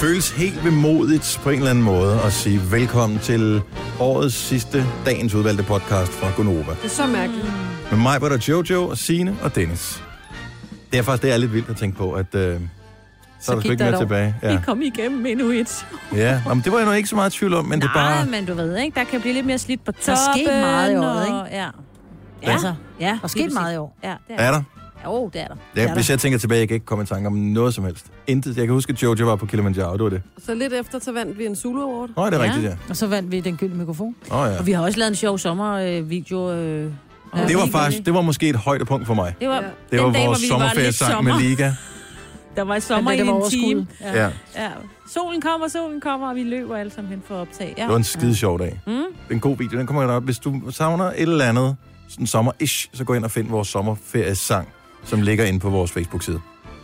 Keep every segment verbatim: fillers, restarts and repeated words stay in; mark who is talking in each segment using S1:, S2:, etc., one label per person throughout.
S1: føles helt vemodigt på en eller anden måde at sige velkommen til årets sidste, dagens udvalgte podcast fra Gonova.
S2: Det er så mærkeligt.
S1: Med mig var der Jojo, og Signe og Dennis. Det er faktisk det er lidt vildt at tænke på, at øh, så, så er der sgu ikke mere tilbage.
S3: Ja. Vi kom igennem endnu et.
S1: Ja, men det var jeg nu ikke så meget tvivl om, men
S3: Nej,
S1: det er bare...
S3: men du ved ikke, der kan blive lidt mere slidt på toppen.
S4: Der er sket meget i år,
S3: og...
S4: ikke?
S3: Ja.
S4: Ja. Altså,
S3: ja.
S4: der er sket meget i år.
S3: Ja, det er,
S1: er der?
S3: Jo, det er der.
S1: Ja,
S3: det er
S1: hvis
S3: der.
S1: jeg tænker tilbage, jeg kan ikke komme i tanke om noget som helst. Intet. Jeg kan huske, at Jojo var på Kilimanjaro, det var det.
S2: Og så lidt efter, så vandt vi en Zulu Award.
S1: Nå, det er
S3: Ja.
S1: rigtigt, ja.
S4: Og så vandt vi den gyldne mikrofon.
S1: Åh, ja.
S3: Og vi har også lavet en sjov sommervideo. Øh,
S4: Ja.
S1: Det var faktisk, det var måske et højdepunkt for mig.
S3: Det var,
S2: Ja.
S1: Det
S3: den
S1: var
S3: dag,
S1: vores
S3: hvor vi var lidt
S1: sommerferiesang
S3: sommer.
S1: med Liga.
S3: Der var sommer
S4: Men
S3: i
S4: det var
S3: en
S4: overskud.
S3: time.
S1: Ja.
S3: Ja. Solen kommer, solen kommer, og vi løber alle sammen hen for at optage. Ja.
S1: Det var en skide sjov dag.
S3: Mm.
S1: Det er en god video. Den kommer op. Hvis du savner et eller andet sådan sommer-ish, så gå ind og find vores sommerferiesang, som ligger inde på vores Facebook-side.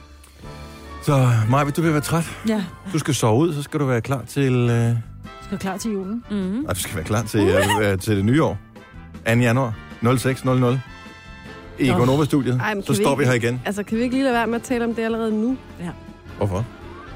S1: Så Maja, du vil være træt.
S4: Ja,
S1: Du skal sove ud, så skal du være klar til... Øh...
S4: skal du klar til julen?
S3: Mm.
S1: Nej, du skal være klar til, øh, til det nye år. anden januar, nul seks nul nul. I
S4: Nå.
S1: Gonova-studiet.
S2: Ej, men
S1: Så
S2: kan vi
S1: står vi
S2: ikke-
S1: her igen.
S2: Altså, kan vi ikke lige lade være med at tale om det allerede nu?
S1: Hvorfor?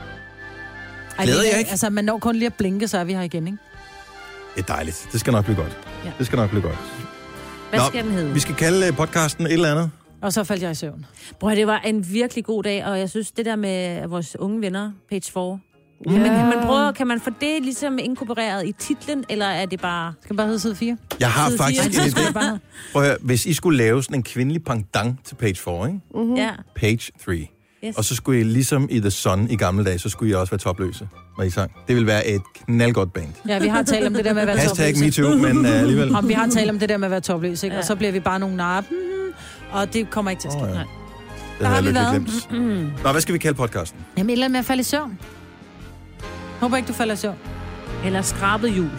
S4: Ej,
S1: Glæder
S4: det er-
S1: jeg ikke?
S4: Altså, man når kun lige at blinke, så er vi her igen, ikke?
S1: Det er dejligt. Det skal nok blive godt.
S3: Ja.
S1: Det skal nok blive godt.
S3: Hvad
S1: Nå,
S3: skal den hedde?
S1: Vi skal kalde øh, podcasten et eller andet.
S4: Og så faldt jeg i søvn.
S3: Bror, det var en virkelig god dag, og jeg synes, det der med vores unge venner, page fire,
S2: Ja.
S3: kan, man, kan, man prøve, kan man få det ligesom inkorporeret i titlen, eller er det bare...
S4: Skal bare hedde side fire?
S1: Jeg har
S3: Side
S1: faktisk
S3: fire.
S1: en
S4: Skal
S1: idé.
S4: det bare...
S1: Prøv at høre, hvis I skulle lave sådan en kvindelig pendant til page fire, ikke?
S2: Mm-hmm.
S3: Ja.
S1: Page tre.
S3: Yes.
S1: Og så skulle I ligesom i The Sun i gamle dage, så skulle I også være topløse, når I sang. Det ville være et knaldgodt band.
S4: Ja, vi har talt om det der med at være
S1: Hashtag
S4: topløs.
S1: MeToo, men uh, alligevel.
S4: Om vi har talt om det der med at være topløs, ikke?
S3: Ja.
S4: Og så bliver vi bare nogle narpen, og det kommer ikke til at ske.
S1: Åh, ja.
S4: Nej.
S1: Det
S4: har
S1: havde
S4: vi
S1: jeg lidt
S4: været.
S1: glemt.
S3: Mm.
S1: Nå, hvad skal vi kalde podcasten?
S4: Jamen, et eller andet med at falde i søvn. Håber ikke, du falder i søvn.
S3: Eller skrabet jul.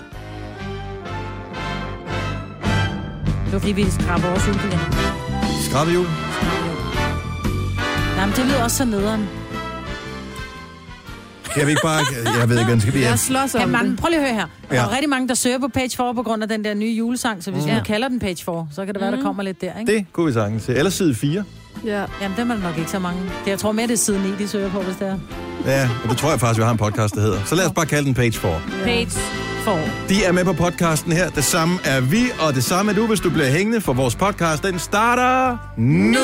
S3: Det var fordi, vi skraber vores jul igen.
S1: Skrabet jul?
S4: Nej, men det lyder også så nederen.
S1: Kan vi ikke bare... Jeg ved ikke, hvordan skal vi...
S2: Jeg slås
S4: Kan
S2: om
S4: mange,
S2: det.
S4: prøv lige at høre her. Der
S1: Ja.
S4: er rigtig mange, der søger på page fire på grund af den der nye julesang, så hvis vi
S3: Ja.
S4: nu kalder den page fire, så kan det være, der kommer lidt der, ikke?
S1: Det kunne vi sagtens til. Eller side fire.
S2: Ja.
S4: Jamen, dem er der nok ikke så mange. Det, jeg tror mere, det er side ni, de søger på, hvis det er.
S1: Ja, og det tror jeg faktisk, vi har en podcast, der hedder. Så lad os bare kalde den page fire.
S3: Page fire.
S1: De er med på podcasten her. Det samme er vi, og det samme er du, hvis du bliver hængende, for vores podcast, den starter nu.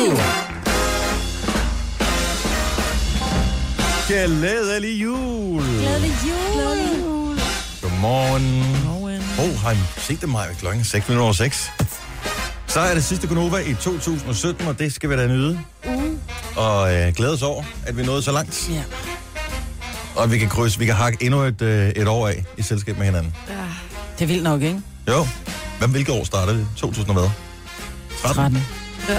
S1: Glædelig jul.
S4: Glædelig jul!
S1: Godmorgen.
S3: Morgen.
S1: Åh, oh, har I set det mig? Klokken er seks minutter over seks. Så er det sidste Gonova i to tusind og sytten, og det skal vi da nyde.
S4: Mm.
S1: Og øh, glæde os over, at vi nåede så langt.
S4: Ja.
S1: Og vi kan krydse, vi kan hakke endnu et, øh, et år af i selskab med hinanden.
S2: Ja.
S4: Det er vildt nok, ikke?
S1: Jo. Hvem, hvilket år startede vi? to tusind og hvad? tretten.
S4: tretten.
S2: Ja.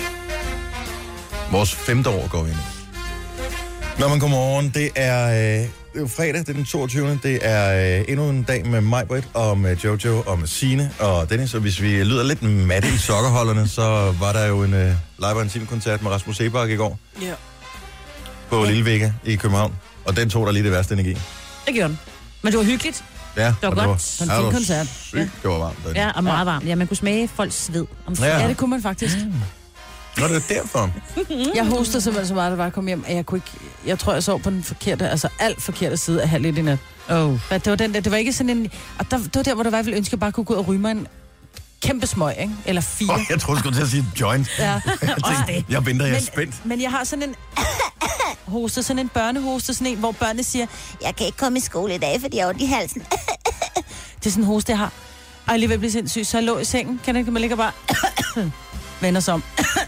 S1: Vores femte år går vi ind i. Nå, men godmorgen. Det er, øh, det er jo fredag, det er den toogtyvende Det er øh, endnu en dag med mig, Britt, og med Jojo, og med Signe og Dennis. Og hvis vi lyder lidt matte i sokkerholderne, så var der jo en øh, live intim-koncert med Rasmus Sebak i går
S4: Ja.
S1: på Lille Vega i København. Og den tog der lige det værste energi.
S3: Det gjorde den. Men det var hyggeligt.
S1: Ja,
S3: var
S1: og
S3: godt.
S1: var,
S4: En
S1: ja,
S4: fin
S1: det var
S4: koncert.
S1: Sygt, det var varmt. derinde.
S3: Ja, og meget varmt. Ja, man kunne smage folks sved. Om
S1: Ja.
S4: Ja, det kunne man faktisk.
S1: Nå, det er derfor.
S4: Jeg hostede simpelthen så meget, da jeg kom hjem, at jeg kunne ikke... Jeg tror, jeg sov på den forkerte, altså alt forkerte side af halv lidt i nat.
S3: Oh.
S4: Men det var den der, det var ikke sådan en... Og der, det var der, hvor der var, jeg ville ønske, at jeg bare kunne gå ud og ryge mig en kæmpe smøg, ikke? Eller fire.
S1: Oh, jeg troede, du skulle til at sige joint.
S4: Ja.
S1: Jeg tænkte, jeg venter, jeg er
S4: Men-
S1: spændt.
S4: Men jeg har sådan en hoste, sådan en børnehoste, sådan en, hvor børnene siger, jeg kan ikke komme i skole i dag, fordi jeg har ondt i halsen. Det er sådan en hoste, jeg har. Og jeg lige ved at blive sindssyg, så jeg lå i sengen. Kan det ikke, man ligger bare vender sig om.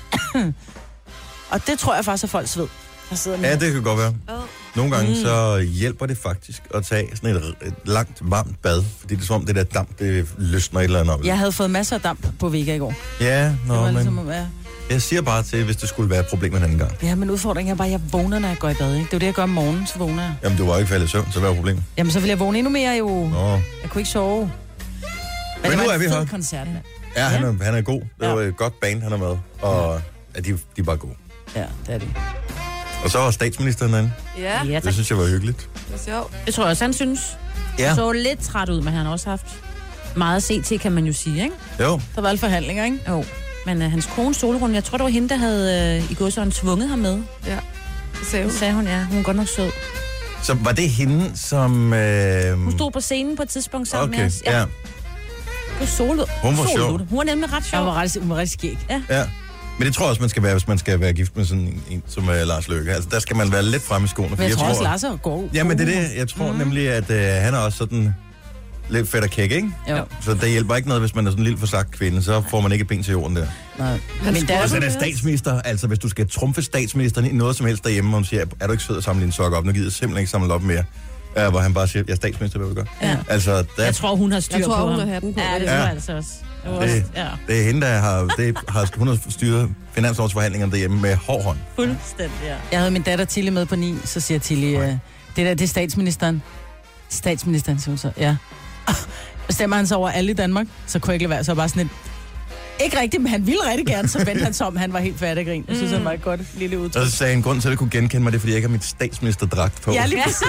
S4: Og det tror jeg faktisk er folks ved. Der sidder med.
S1: Ja, det kan godt være.
S2: Oh.
S1: Nogle gange mm. så hjælper det faktisk at tage sådan et, et langt, varmt bad. Fordi det er som om, det der damp, det løsner et eller andet op.
S4: Jeg havde fået masser af damp på Vega i går.
S1: Ja, nå,
S4: Det var
S1: men
S4: ligesom, om, ja.
S1: jeg siger bare til, hvis det skulle være et problem en anden gang.
S4: Ja, men udfordringen er bare, at jeg vågner, når jeg går i bad. Ikke? Det er jo det, jeg gør om morgenen, så vågner jeg.
S1: Jamen, du var ikke faldet i søvn, så hvad var problemet?
S4: Jamen, så vil jeg vågne endnu mere jo.
S1: Nå.
S4: Jeg kunne ikke sove. Men,
S1: Men
S4: det
S1: nu
S4: var
S1: er
S4: en
S1: vi
S4: fed
S1: her.
S4: koncert. mand.
S1: Ja, han er, han er god. Det
S4: Ja.
S1: var et godt band, han er med. Og ja, de, de er bare gode.
S4: Ja, det er det.
S1: Og så var statsministeren derinde.
S2: Ja,
S3: Ja,
S1: Det
S3: tak.
S1: synes jeg var hyggeligt.
S2: det er sjovt.
S3: Det tror jeg også, han synes.
S1: Ja.
S3: Så lidt træt ud, men han har også haft meget C T, kan man jo sige, ikke?
S1: Jo.
S4: Der var alle forhandlinger, ikke?
S3: Jo. Men uh, hans kone Solrun, jeg tror, det var hende, der havde uh, i godsøjne tvunget ham med.
S2: Ja, det sagde hun.
S3: Det sagde hun, ja. Hun er godt nok sød.
S1: Så var det hende, som... Øh...
S3: Hun stod på scenen på et tidspunkt sammen
S1: okay,
S3: med os.
S1: Ja. ja.
S3: På Solo.
S1: Hun var
S3: Solo.
S1: sjov.
S3: Hun var nemlig ret sjov.
S4: Hun var ret, hun var ret skæg.
S3: Ja.
S1: ja. Men det tror jeg også, man skal være, hvis man skal være gift med sådan en, en som uh, Lars Løkke. Altså, der skal man være lidt fremme i skoene.
S4: Men jeg, jeg tror også, Lars er god.
S1: Ja, men det er det. Jeg tror mm. nemlig, at uh, han er også sådan lidt fedt og kæk, ikke?
S4: Jo.
S1: Så det hjælper ikke noget, hvis man er sådan en lille forsagt kvinde. Så får man ikke ben til jorden der.
S4: Nej.
S2: Men
S4: Men der
S1: Og så er der statsminister. Altså, hvis du skal trumfe statsministeren i noget som helst derhjemme, og hun siger, er du ikke sød at samle din sok op? Nu gider jeg simpelthen ikke samle op mere. Ja, hvor han bare siger, jeg er statsminister, hvad vil du gøre?
S3: Ja.
S1: Altså, der...
S3: Jeg tror, hun har styr
S2: Jeg tror,
S3: på
S2: hun
S3: ham.
S2: har hatten på.
S3: Ja, det
S2: det.
S3: tror
S1: Ja.
S3: jeg altså også. Det, var
S1: Det-
S3: også ja.
S1: Det er hende, der har, det har, hun har styret finanslovsforhandlingerne derhjemme med hård hånd.
S3: Fuldstændig, ja.
S4: Jeg havde min datter Tilly med på ni, så siger Tilly, øh, det der, det er statsministeren. Statsministeren, siger hun så, ja. Bestemmer han så over alle i Danmark, så kunne jeg ikke lade være, så var bare sådan et, ikke rigtigt, men han ville rigtig gerne, så vendte han sig om, han var helt færdig grin. Jeg synes, han var et godt lille udtryk.
S1: Og så sagde en grund til, at jeg kunne genkende mig, det er, fordi jeg ikke har mit statsministerdragt på.
S4: Ja, lige præcis.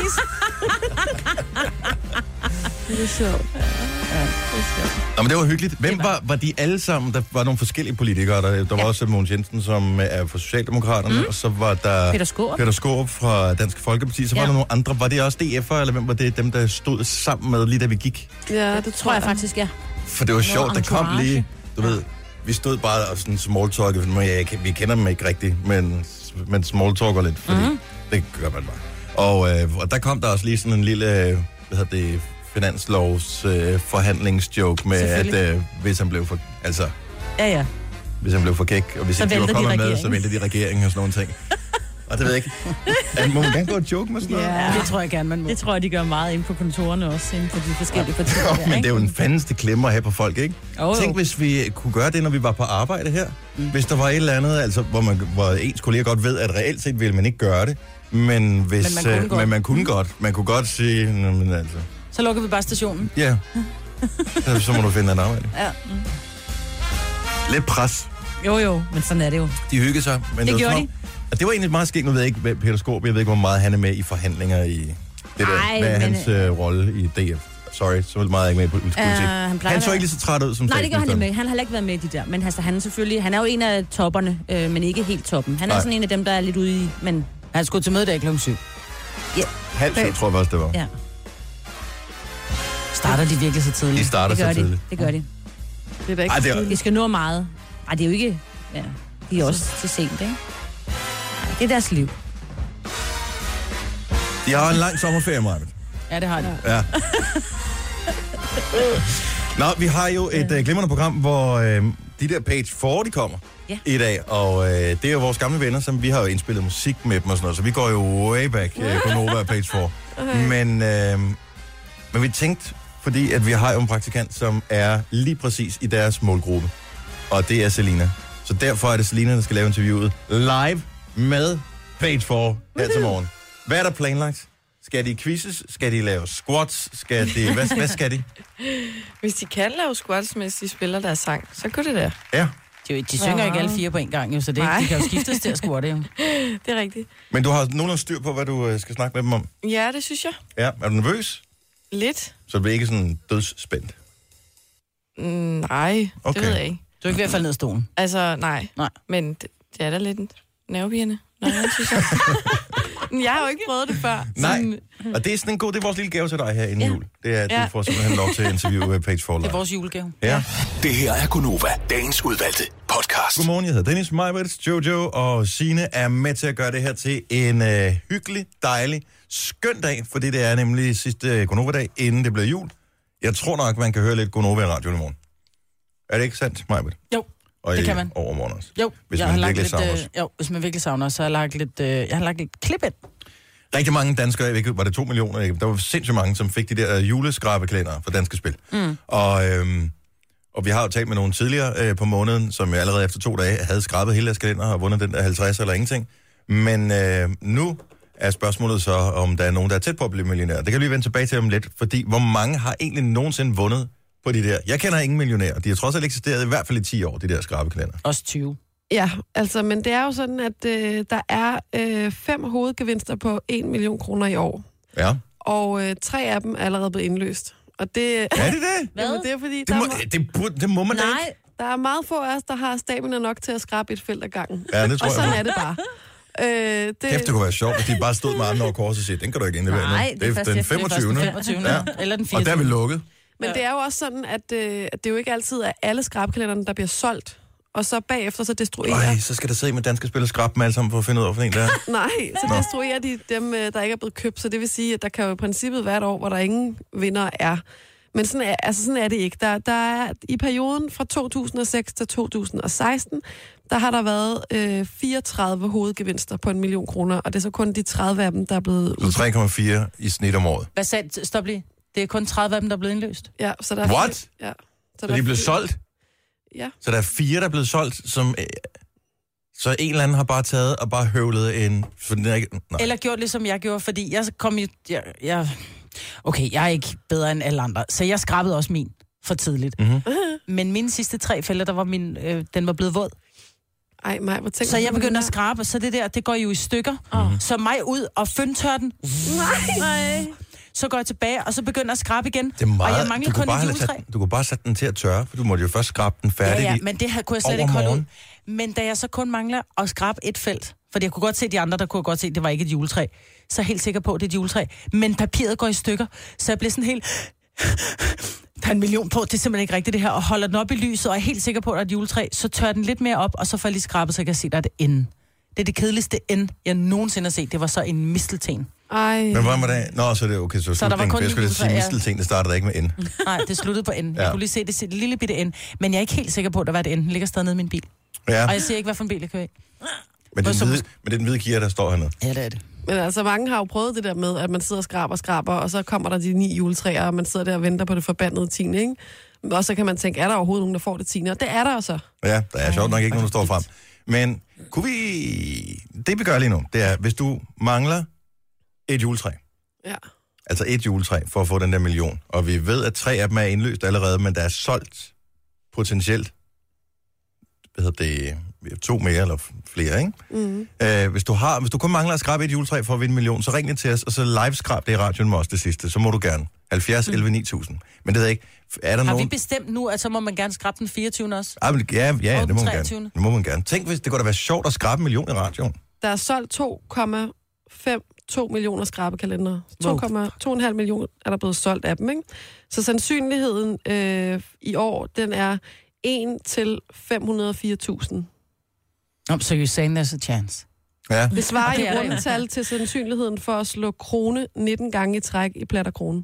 S2: Det er sjovt.
S1: Nå, men det var hyggeligt. Hvem
S3: Det var-
S1: var, var de alle sammen? Der var nogle forskellige politikere. Der, der var
S3: Ja.
S1: også Mogens Jensen, som er fra Socialdemokraterne, mm. og så var der
S3: Peter Skaarup.
S1: Peter Skaarup fra Dansk Folkeparti. Så var
S3: Ja.
S1: der nogle andre. Var det også D F'ere, eller hvem var det, dem, der stod sammen med lige da vi gik?
S2: Ja, det
S3: Det tror jeg faktisk, ja.
S1: For det var sjovt, der kom
S3: entourage.
S1: lige, du ved, vi stod bare og sådan smalltalkede, for jeg, vi kender dem ikke rigtigt, men, men smalltalker lidt, fordi mm. det gør man bare. Og, øh, og der kom der også lige sådan en lille, øh, hvad hedder det, finanslovs øh, forhandlingsjoke med, at øh, hvis han blev for, altså,
S4: Ja, ja.
S1: hvis han blev for kæk, og hvis
S3: Så
S1: ikke de var
S3: vælter de
S1: kommet med,
S3: regeringen.
S1: så ventede de regeringen og sådan nogle ting. Og det ved jeg ikke. Altså, må man gerne gå og joke med sådan noget?
S4: Ja, det tror jeg gerne, man må.
S3: Det tror jeg, de gør meget inde på kontorerne også, inde på de forskellige partier.
S1: Jo,
S3: der,
S1: men det
S3: ikke?
S1: er jo en fandeste klemmer at have på folk, ikke?
S3: Jo, jo.
S1: Tænk, hvis vi kunne gøre det, når vi var på arbejde her. Mm. Hvis der var et eller andet, altså, hvor, man, hvor ens kolleger godt ved, at reelt set ville man ikke gøre det. Men, hvis,
S4: Men man kunne
S1: øh,
S4: godt.
S1: men man kunne godt. Man kunne godt sige, "Nå, men altså,
S4: Så lukker vi bare stationen.
S1: ja, så, så må du finde en arbejde.
S4: Ja.
S1: Lidt pres.
S3: Jo, jo, men sådan er det jo.
S1: De hyggede sig. Men
S3: Det
S1: var
S3: gjorde
S1: som om- Og det var egentlig meget skægt. Nu ved jeg ikke, hvad Peter Skaarup, jeg ved ikke, hvor meget han er med i forhandlinger i det der.
S3: Ej,
S1: Hvad er
S3: men,
S1: hans øh, rolle i D F? Sorry, så meget er jeg ikke med i politik.
S3: Uh, han plejer
S1: Han så
S3: at
S1: ikke lige så træt ud som
S3: Nej, det gør han
S1: statsministeren.
S3: ikke med. Han har heller ikke været med i de der. Men altså, han er selvfølgelig, han er jo en af topperne, øh, men ikke helt toppen. Han er
S1: Nej.
S3: sådan en af dem, der er lidt ude i, men
S4: Han skulle til møde i dag klokken syv.
S1: Halv syv, tror jeg også, det var.
S3: ja,
S4: Starter de virkelig så
S1: De
S4: tidligt?
S1: starter
S3: det gør
S1: så
S3: de.
S1: tidligt.
S3: Det gør de.
S2: Det er da ikke
S1: Ej, det er-
S2: tidligt.
S3: De skal nå meget. Ej, det er jo ikke, ja, de er også til sent, ikke? Nej, det er deres liv.
S1: De har en lang sommerferie, Maja.
S4: Ja, det har de.
S1: Ja. Nå, vi har jo et uh, glimrende program, hvor øh, de der Page fyrre, de kommer
S3: Ja.
S1: i dag. Og øh, det er jo vores gamle venner, som vi har jo indspillet musik med dem og sådan noget. Så vi går jo way back øh, på Nova og Page fyrre. Okay. Men, øh, men vi tænkte, fordi at vi har jo en praktikant, som er lige præcis i deres målgruppe. Og det er Selina. Så derfor er det Selina, der skal lave interviewet live med Page fyrre her til morgen. Hvad er der planlagt? Skal de quizzes? Skal de lave squats? Skal de, hvad, hvad skal de?
S5: Hvis de kan lave squats, mens de spiller deres sang, så kunne det da.
S1: Ja,
S4: De, de synger ikke alle fire på en gang, jo, så det,
S5: Nej.
S4: de kan jo skiftes til at squatte, jo.
S5: Det er rigtigt.
S1: men du har nogenlunde styr på, hvad du øh, skal snakke med dem om.
S5: Ja, det synes jeg.
S1: Ja, er du nervøs?
S5: Lidt.
S1: Så du bliver ikke sådan dødsspændt.
S5: Mm, nej, okay.
S1: Okay.
S5: det ved jeg ikke.
S4: Du er ikke ved at falde ned af stolen.
S5: Altså, nej.
S4: Nej.
S5: Men det, det er da lidt nervepirrende. Nej, synes jeg. Men jeg har jo ikke prøvet det før.
S1: Nej,
S5: Sådan,
S1: og det er sådan en god, det er vores lille gave til dig her inden
S3: Ja.
S1: jul. Det er, at du
S5: Ja.
S1: får simpelthen lov til at interviewe uh, Page fyrre
S4: Det er
S1: live.
S4: vores julegave.
S1: Ja.
S6: Det her er Gunova, dagens udvalgte podcast.
S1: Godmorgen, jeg hedder Dennis, Majbert, Jojo og Signe er med til at gøre det her til en øh, hyggelig, dejlig, skøn dag, fordi det er nemlig sidste Gonova-dag, inden det bliver jul. Jeg tror nok, man kan høre lidt Gonova i radioen i morgen. Er det ikke sandt, Majbert?
S4: Jo,
S1: Og
S4: det
S1: i
S4: kan man.
S1: overmorgen også.
S4: jo.
S1: Hvis
S4: jeg
S1: man
S4: har lagt
S1: virkelig
S4: lidt,
S1: savner
S4: øh,
S1: os.
S4: jo, hvis man virkelig savner os, så har jeg lagt lidt, øh, jeg har lagt lidt klip ind.
S1: Rigtig mange danskere, jeg ved ikke, var det to millioner, ikke? Der var sindssygt mange, som fik de der juleskrabekalendere fra Danske Spil. Mm. Og, øhm, og vi har jo talt med nogle tidligere øh, på måneden, som jeg allerede efter to dage havde skrabet hele deres kalender og vundet den der halvtreds eller ingenting. Men øh, nu er spørgsmålet så, om der er nogen, der er tæt på at blive millionær. Det kan vi vende tilbage til om lidt, fordi hvor mange har egentlig nogensinde vundet på de der? Jeg kender ingen millionærer. De har trods alt eksisteret i hvert fald i ti år, de der skrabekalender.
S4: Også tyve.
S2: Ja, altså, men det er jo sådan, at øh, der er øh, fem hovedgevinster på en million kroner i år.
S1: Ja.
S2: Og øh, tre af dem er allerede blevet indløst. Og det,
S1: Er det det?
S3: Hvad?
S2: Jamen, det er fordi,
S1: Det
S2: der,
S1: må,
S2: er, ma-
S1: det, burde- det må man da
S3: Nej,
S1: ikke.
S2: der er meget få af os, der har stamina nok til at skrabe et felt ad gangen.
S1: Ja, det tror
S2: Og sådan
S1: jeg.
S2: er det bare. Øh, det...
S1: Kæft, det kunne være sjovt, hvis de bare stod med armene over kors og siger, den kan du ikke indlevere nu.
S3: Nej, det er først
S1: den
S3: efter- det er først
S1: femogtyvende.
S4: den femogtyvende.
S1: Ja.
S4: Eller den
S1: Og der er
S4: fireogtyvende.
S1: vi lukket.
S2: Men det er jo også sådan, at, øh, at det er jo ikke altid er alle skrabkalenderne, der bliver solgt. Og så bagefter så destruerer...
S1: Ej, så skal der se med danske spil og skrab dem alle sammen for at finde ud af, for en der er.
S2: Nej, så destruerer de dem, øh, der ikke er blevet købt. Så det vil sige, at der kan jo i princippet være et år, hvor der ingen vinder er. Men sådan er, altså sådan er det ikke. Der, der er, i perioden fra to tusind og seks til to tusind og seksten, der har der været øh, fireogtredive hovedgevinster på en million kroner, og det er så kun de tredive af dem, der er blevet
S1: Så tre komma fire i snit om året.
S4: Hvad sagde, stop lige. Det er kun tredive af dem, der er blevet indløst.
S2: Ja, så der er
S1: What?
S2: Fire, ja,
S1: Så
S2: der
S1: de er
S2: er
S1: blevet
S2: fire-
S1: solgt?
S2: Ja.
S1: Så der er fire, der er blevet solgt, som... Øh, så en eller anden har bare taget og bare høvlet en... For den er ikke, nej.
S4: Eller gjort ligesom jeg gjorde, fordi jeg kom jo... Jeg, jeg, okay, jeg er ikke bedre end alle andre, så jeg skrabede også min for tidligt.
S1: Mm-hmm.
S4: Men mine sidste tre fælder, der var min, øh, den var blevet våd.
S2: Ej, mig, hvor tænker
S4: Så
S2: du
S4: jeg
S2: på
S4: begyndte
S2: den
S4: at
S2: der?
S4: skrabe, så det der, det går jo i stykker. Mm-hmm. Så mig ud og fyndtør den.
S2: Nej.
S4: Så går jeg tilbage, og så begynder jeg at skrabe igen.
S1: Det er meget...
S4: Og jeg mangler
S1: du, kunne
S4: kun
S1: bare
S4: et
S1: have
S4: juletræ.
S1: sat, du kunne bare sætte den til at tørre, for du måtte jo først skrabe den
S4: Ja,
S1: færdig.
S4: ja,
S1: i-
S4: men det her kunne jeg slet ikke holde ud. Men da jeg så kun mangler at skrabe et felt, for jeg kunne godt se de andre, der kunne jeg godt se, at det var ikke et juletræ, så er jeg helt sikker på, at det er et juletræ. Men papiret går i stykker, så jeg bliver sådan helt... Der er en million på, det er simpelthen ikke rigtigt det her. Og holder den op i lyset, og er helt sikker på, at der er et juletræ, så tør den lidt mere op, og så får jeg lige skrabet, så jeg kan se, at der er det ende. Det er det kedeligste ende, jeg nogensinde har set. Det var så en mistelten.
S2: Ej.
S1: Men hvordan var det? Nå, så er det okay, så,
S4: Så der var
S1: slutningen.
S4: kun
S1: Jeg skulle
S4: en
S1: lige sige,
S4: juletræ, ja.
S1: mistelting, det startede ikke med N.
S4: Nej, det sluttede på enden.
S1: Ja.
S4: Jeg kunne lige se det, det lille bitte ende. Men jeg er ikke helt sikker på, at der var et ende. Den ligger stadig nede i min bil.
S1: Ja,
S4: Og jeg siger ikke, hvad for en bil jeg kører i.
S1: men det er
S4: så-
S1: den hvide, men det er den hvide Kia, der står hernede.
S4: Ja, det er det.
S2: Men altså, mange har jo prøvet det der med, at man sidder og skraber og skraber, og så kommer der de ni juletræer, og man sidder der og venter på det forbandede tiende, ikke? Og så kan man tænke, er der overhovedet nogen, der får det tiende? Og det er der jo så.
S1: Ja, der er sjovt nok ikke nogen, der står frem. Men kunne vi... Det vi gør lige nu, det er, hvis du mangler et juletræ,
S2: Ja.
S1: altså et juletræ, for at få den der million, og vi ved, at tre af dem er indløst allerede, men der er solgt potentielt, hvad hedder det, to mere eller flere, ikke?
S2: Mm.
S1: Øh, hvis, du har, hvis du kun mangler at skrabe et juletræ for at vinde en million, så ring lige til os, og så live-skrab det i radioen med os det sidste. Så må du gerne. halvfjerds elleve ni tusind. Men det ved jeg ikke. Er der
S4: Har
S1: nogen...
S4: vi bestemt nu, at så må man gerne skrabe den fireogtyvende også?
S1: Ah, men, ja, ja, ja,
S4: Og
S1: det må man
S4: treogtyvende.
S1: gerne. Det må man gerne. Tænk, hvis det kunne da være sjovt at skrabe en million i radioen.
S2: Der er solgt to komma fem to millioner skrabekalendere.
S1: Wow.
S2: to komma to millioner er der blevet solgt af dem, ikke? Så sandsynligheden øh, i år, den er en til fem hundrede og fire tusind.
S4: Om, så you saying there's a chance.
S1: Ja.
S2: Det svarer
S4: Og det
S2: i
S4: er der jo.
S2: rundetal til sandsynligheden for at slå krone nitten gange i træk i plat og krone.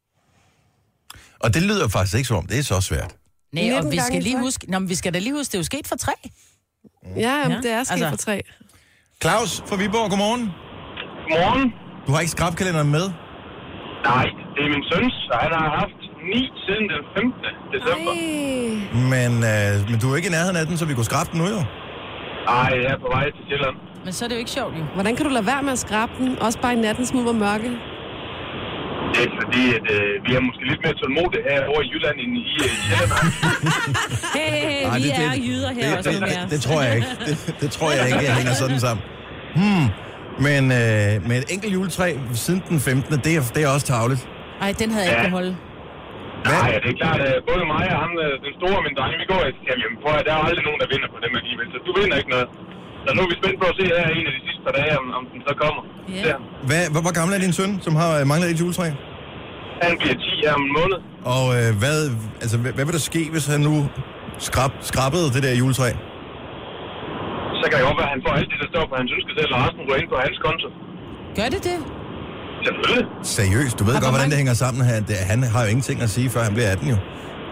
S1: Og det lyder faktisk ikke som om, det er så svært.
S4: Nej,
S2: nitten
S4: og vi
S2: gange
S4: skal
S2: i
S4: lige
S2: træk.
S4: huske, nå, men vi skal da lige huske, det er jo sket for tre.
S2: Ja, jamen,
S4: Ja,
S2: det er sket
S4: altså.
S2: for tre.
S1: Claus fra Viborg, godmorgen.
S7: Godmorgen.
S1: Du har ikke skrabkalenderen med?
S7: Nej, det er min søns, og han har haft ni siden den femte december.
S1: Men, øh, men du er ikke i nærheden af den, så vi kunne skrabe den nu jo.
S7: Nej, jeg er på vej til Sjælland.
S4: Men så er det jo ikke sjovt, jo.
S2: Hvordan kan du lade være med at skrabe den, også bare i nattens mulm og mørke?
S7: Det er fordi, at øh, vi er måske lidt mere tålmodige her over i Jylland end i øh, Sjælland.
S3: Hey, hey, hey,
S1: Nej,
S3: vi
S1: det-
S3: er
S1: det-
S3: jyder her
S1: Det,
S3: også.
S1: det,
S3: med
S1: det,
S3: os.
S1: det tror jeg ikke. Det, det tror jeg ikke, jeg hænger sådan sammen. Hmm. Men øh, med et enkelt juletræ siden den femtende, det er, det er også tarveligt.
S4: Ej, den havde jeg ikke
S7: Ja.
S4: beholdt.
S7: Nej, det er klart, at både mig og ham, øh, den store og min dreng, vi går og siger, jamen prøv at der er aldrig nogen, der vinder på dem alligevel, så du vinder ikke noget. Så nu er vi spændt på at se her en af de sidste par dage, om, om den så kommer.
S3: Ja.
S7: Der.
S1: Hvad, hvor, hvor gammel er din søn, som har øh, manglet et juletræ?
S7: Han bliver ti her om en måned.
S1: Og øh, hvad, altså, hvad, hvad vil der ske, hvis han nu skrab, skrabede det der juletræ?
S7: Så kan det godt være, at han får alt det, der står på hans ønskeseddel, og resten går ind på hans konto.
S4: Gør det det?
S7: Selvfølgelig.
S1: Seriøst, du ved
S4: hvor
S1: godt, hvordan
S4: mange-
S1: det hænger sammen her. Det, han har jo ingenting at sige, før han bliver atten jo.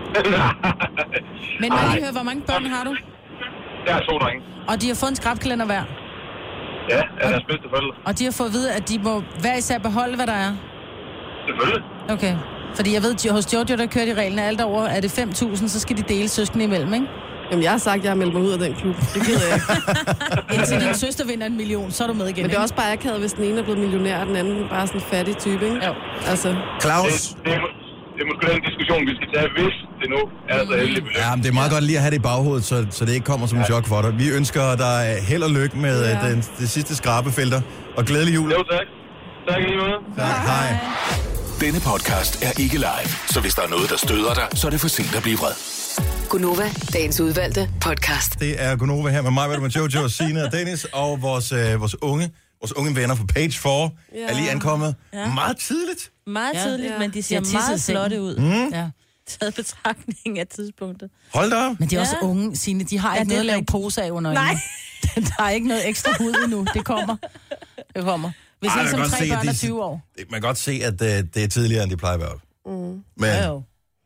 S4: Men må jeg lige høre, hvor mange børn har du?
S7: Der er to drenge.
S4: Og de har fået en skrabkalender hver.
S7: Ja, er deres bedste forældre.
S4: Og de har fået at vide, at de må hver især beholde, hvad der er.
S7: Selvfølgelig.
S4: Okay. Fordi jeg ved, at hos Jojo, der kører de reglene alt over, er det fem tusind, så skal de dele søskende imellem, ikke?
S2: Jamen, jeg har sagt, at jeg har meldt mig ud af den klub. Det gider jeg ikke.
S4: Indtil din søster vinder en million, så er du med igen.
S2: Men det er også bare akavet, hvis den ene er blevet millionær, og den anden er bare sådan en fattig type, ikke?
S4: Jo.
S2: Altså,
S1: Claus?
S7: Det, det, er, må- det er måske den diskussion, vi skal tage, hvis det nu er så heldigt.
S1: Ja, men det er meget godt lige at have det i baghovedet, så, så det ikke kommer som en chok for dig. Vi ønsker dig held og lykke med
S2: Ja.
S1: ja. den, det sidste skrabefelter. Og glædelig jul.
S7: Jo, tak. Tak i lige måde.
S1: Tak, hej.
S6: Denne podcast er ikke live, så hvis der er noget, der støder dig, så er det for sent at blive vred.
S8: Gunova, dagens udvalgte podcast.
S1: Det er Gunova her med mig, med Jojo og Signe og Dennis, og vores, øh, vores unge vores unge venner fra Page fire ja. er lige ankommet ja. meget tidligt.
S3: Meget
S4: Ja.
S3: tidligt,
S4: Ja.
S3: men de ser
S4: De har
S3: meget
S4: tisset i sengen.
S3: flotte ud.
S1: Mm.
S4: Ja.
S3: Taget betragtning af tidspunktet.
S1: Hold da op.
S4: Men de er
S3: Ja.
S4: også unge, Signe. De har
S3: Ja,
S4: ikke
S3: det er
S4: noget at lave
S3: rigtigt.
S4: poser af under øjnene.
S3: Nej.
S4: Der er ikke noget ekstra hud endnu. Det kommer. Det kommer. Hvis
S1: Ej,
S4: ikke
S1: man kan
S4: som
S1: godt
S4: tre
S1: se, at
S4: børn
S1: de-
S4: er tyve år.
S1: Man kan godt se, at øh, det er tidligere, end de plejer at være. Mm. Men
S4: Ja, jo.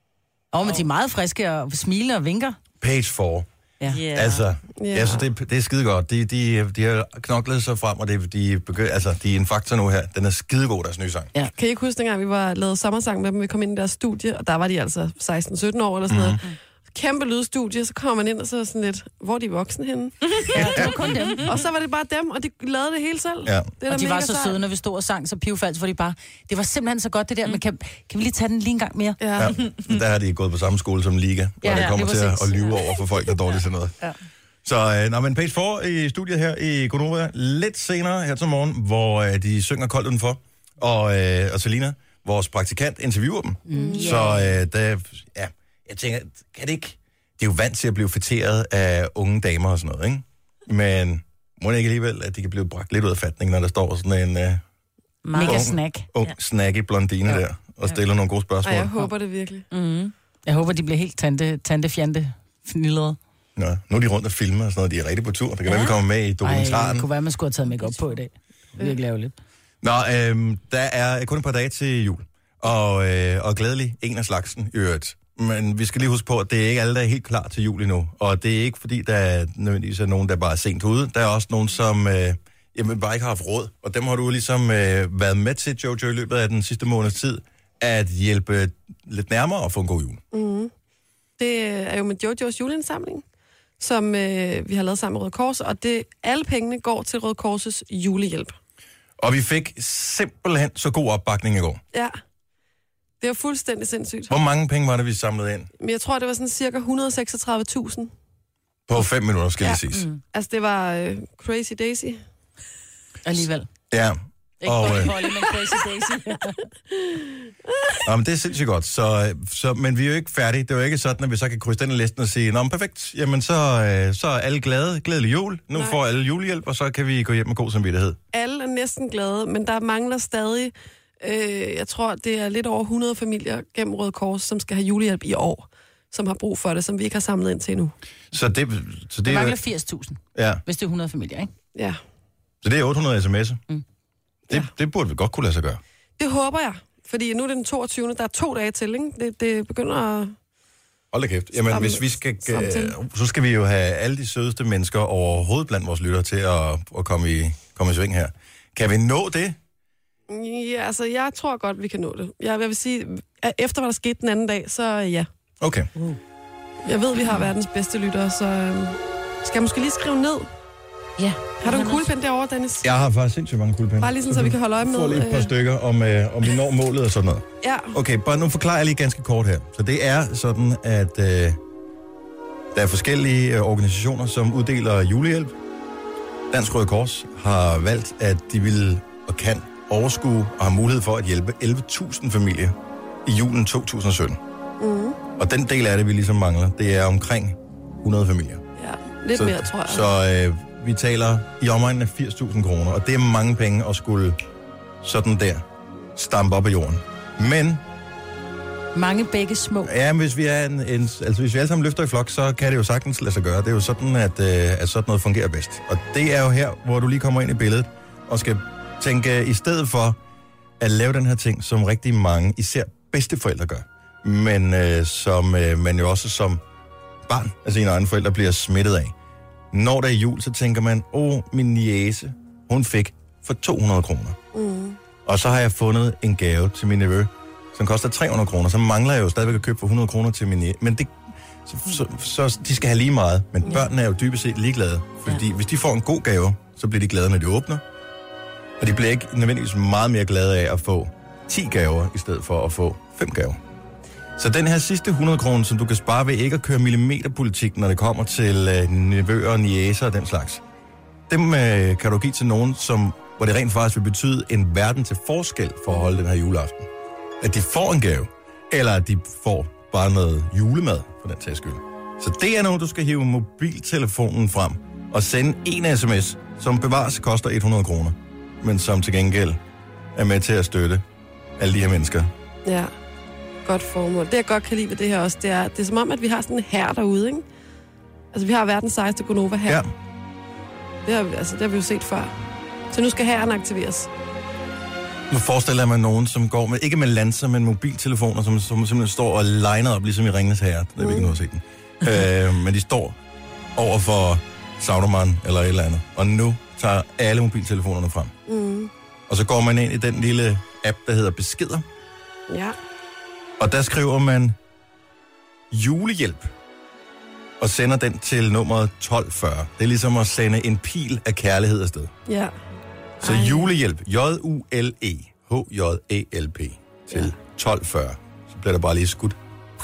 S4: Og men de er meget friske og smiler og vinker.
S1: Page fire,
S4: Ja.
S3: Yeah.
S1: altså,
S2: Ja.
S1: jeg synes, det, det er skide godt. De, de, de har knoklet sig frem, og det, de, begy- altså, de er en faktor nu her. Den er skidegod, deres nye sang.
S4: Ja.
S2: Kan I ikke huske, dengang vi var lavet sommersang med dem, vi kom ind i deres studie, og der var de altså seksten sytten år eller sådan noget. Kæmpe lydstudie, så kommer man ind og så sådan lidt, hvor er de voksne henne?
S4: Ja, det var kun dem.
S2: Og så var det bare dem, og de lavede det hele selv.
S1: Ja.
S2: Det er
S4: Og
S2: da
S4: de
S2: mega
S4: var så
S2: sejt.
S4: søde, når vi stod og sang så pivfalds, hvor de bare... Det var simpelthen så godt, det der, men kan, kan vi lige tage den lige en gang mere?
S2: Ja.
S1: Ja. Der har de gået på samme skole som Liga, hvor
S4: Ja,
S1: ja, det kommer
S4: lige
S1: til at,
S4: præcis.
S1: at lyve over for folk, der er dårlige til noget.
S4: Ja.
S1: Så, øh, nå, men Page fire i studiet her i Gonova, lidt senere her til morgen, hvor øh, de synger koldt udenfor, og, øh, og Selina, vores praktikant, interviewer dem. Mm. Så øh, der, ja, jeg tænker, kan det ikke... De er jo vant til at blive fætteret af unge damer og sådan noget, ikke? Men må det ikke alligevel, at de kan blive bragt lidt ud af fatning, når der står sådan en øh,
S4: Mega
S1: ung,
S4: snack.
S1: ung ja. snacky blondine ja. der, og stiller ja. nogle gode spørgsmål.
S2: Ej, jeg håber det virkelig.
S4: Mm. Jeg håber, de bliver helt tante, tante fjante fnildrede.
S1: Nå, nu er de rundt og filmer og sådan noget. De er rigtig på tur. Det kan ja. være, vi kommer med i
S4: Ej,
S1: dokumentaren.
S4: det kunne være, man skulle have taget make op på i dag. Virkelig ærgerligt.
S1: Nå, øhm, der er kun et par dage til jul. Og, øh, og glædelig en af slagsen i øvrigt. Men vi skal lige huske på, at det er ikke alle, der er helt klar til jul endnu. Og det er ikke, fordi der er nødvendigvis er nogen, der bare er sent ude. Der er også nogen, som øh, jamen, bare ikke har haft råd. Og dem har du ligesom øh, været med til, Jojo, i løbet af den sidste måneds tid, at hjælpe lidt nærmere og få en god jul.
S2: Mm. Det er jo med Jojos juleindsamling, som øh, vi har lavet sammen med Røde Kors, og det, alle pengene går til Røde Kors' julehjælp.
S1: Og vi fik simpelthen så god opbakning i går.
S2: Ja, det var fuldstændig sindssygt.
S1: Hvor mange penge var det, vi samlede ind?
S2: Men jeg tror, det var sådan cirka et hundrede og seksogtredive tusind.
S1: På fem minutter, skal
S2: Ja.
S1: ja. lige siges.
S2: Mm. Altså, det var øh, crazy daisy.
S4: Alligevel.
S1: Ja.
S4: Ikke
S1: Og,
S4: Polly
S1: øh,
S4: Polly, men Crazy Daisy.
S1: Ja, men det er sindssygt godt. Så, så, men vi er jo ikke færdige. Det er jo ikke sådan, at vi så kan krydse den listen og sige, nå, men perfekt, jamen så, øh, så er alle glade. Glædelig jul. Nu
S2: Nej.
S1: får alle julehjælp, og så kan vi gå hjem med god samvittighed.
S2: Alle er næsten glade, men der mangler stadig, øh, jeg tror, det er lidt over hundrede familier gennem Røde Kors, som skal have julehjælp i år, som har brug for det, som vi ikke har samlet ind til endnu.
S1: Så det, så det,
S4: Det
S1: er,
S4: mangler firs tusind,
S1: ja,
S4: hvis det er hundrede familier, ikke?
S2: Ja,
S1: så det er otte hundrede sms'er.
S4: Mm.
S1: Det,
S2: Ja.
S1: det burde vi godt kunne lade sig gøre.
S2: det håber jeg, fordi nu er det den toogtyvende Der er to dage til, ikke? Det, det begynder at...
S1: Hold da kæft. Jamen,
S2: Sammen-
S1: hvis vi skal,
S2: samtidig.
S1: øh, så skal vi jo have alle de sødeste mennesker overhovedet blandt vores lyttere til at, at komme, i, komme i sving her. Kan vi nå det?
S2: Ja, altså, jeg tror godt, vi kan nå det. Jeg, jeg vil sige, at efter hvad der skete den anden dag, så ja.
S1: Okay.
S2: Jeg ved, vi har verdens bedste lyttere, så øh, skal jeg måske lige skrive ned.
S3: Ja.
S2: Har du en kuglepen derovre, Dennis?
S1: Jeg har faktisk sindssygt mange kuglepinde.
S2: Bare lige sådan, så vi kan holde øje med...
S1: Få lige et par
S2: øh,
S1: stykker, om, øh, om vi når målet og sådan noget.
S2: Ja,
S1: Okay, bare nu forklarer jeg lige ganske kort her. Så det er sådan, at øh, der er forskellige øh, organisationer, som uddeler julehjælp. Dansk Røde Kors har valgt, at de vil og kan overskue og har mulighed for at hjælpe elleve tusind familier i julen to tusind og sytten.
S2: mm,
S1: Og den del af det, vi ligesom mangler, det er omkring hundrede familier.
S2: ja. Lidt
S1: så,
S2: mere, tror jeg.
S1: Så øh, vi taler i omegnen af firs tusind kroner, og det er mange penge at skulle sådan der stampe op af jorden. Men
S4: Mange begge små.
S1: ja, men hvis vi er en, en, altså hvis vi alle sammen løfter i flok, så kan det jo sagtens lade sig gøre. Det er jo sådan, at, øh, at sådan noget fungerer bedst. Og det er jo her, hvor du lige kommer ind i billedet og skal tænke, i stedet for at lave den her ting, som rigtig mange, især bedsteforældre gør, men øh, som øh, man jo også som barn af sine egne forældre bliver smittet af. Når der er jul, så tænker man, åh, min niece, hun fik for to hundrede kroner.
S2: Mm.
S1: Og så har jeg fundet en gave til min nevø, som koster tre hundrede kroner. Så mangler jeg jo stadigvæk at købe for hundrede kroner til min niece. Men det, så, så, så de skal have lige meget. Men børnene er jo dybest set ligeglade. Fordi ja. hvis de får en god gave, så bliver de glade, når de åbner. Og de bliver ikke nødvendigvis meget mere glade af at få ti gaver, i stedet for at få fem gaver. Så den her sidste hundrede kroner, som du kan spare ved ikke at køre millimeterpolitik, når det kommer til øh, nevøer og niæser og den slags, dem øh, kan du give til nogen, som, hvor det rent faktisk vil betyde en verden til forskel for at holde den her juleaften. At de får en gave, eller at de får bare noget julemad, for den tages skyld. Så det er nu, du skal hive mobiltelefonen frem og sende en sms, som bevares koster hundrede kroner, men som til gengæld er med til at støtte alle de her mennesker.
S2: Ja, godt formål. Det, jeg godt kan lide ved det her også, det er, det er som om, at vi har sådan en hær derude, ikke? Altså, vi har verdens sejeste Gonova her.
S1: Ja.
S2: Det har, vi, altså, det har vi jo set før. Så nu skal hæren aktiveres.
S1: Nu forestiller jeg mig nogen, som går med, ikke med lanser, men mobiltelefoner, som, som simpelthen står og liner op, ligesom i Ringenes Herre. Det er vi ikke noget at se den. øh, men de står over for Sauron eller et eller andet. Og nu tager alle mobiltelefonerne frem.
S2: Mm.
S1: Og så går man ind i den lille app, der hedder Beskeder.
S2: Ja.
S1: Og der skriver man julehjælp. Og sender den til nummeret tolv fyrre. Det er ligesom at sende en pil af kærlighed afsted.
S2: Ja.
S1: Så
S2: Ej.
S1: julehjælp, J U L E H J E L P, til
S2: Ja.
S1: tolv fyrre. Så bliver der bare lige skudt.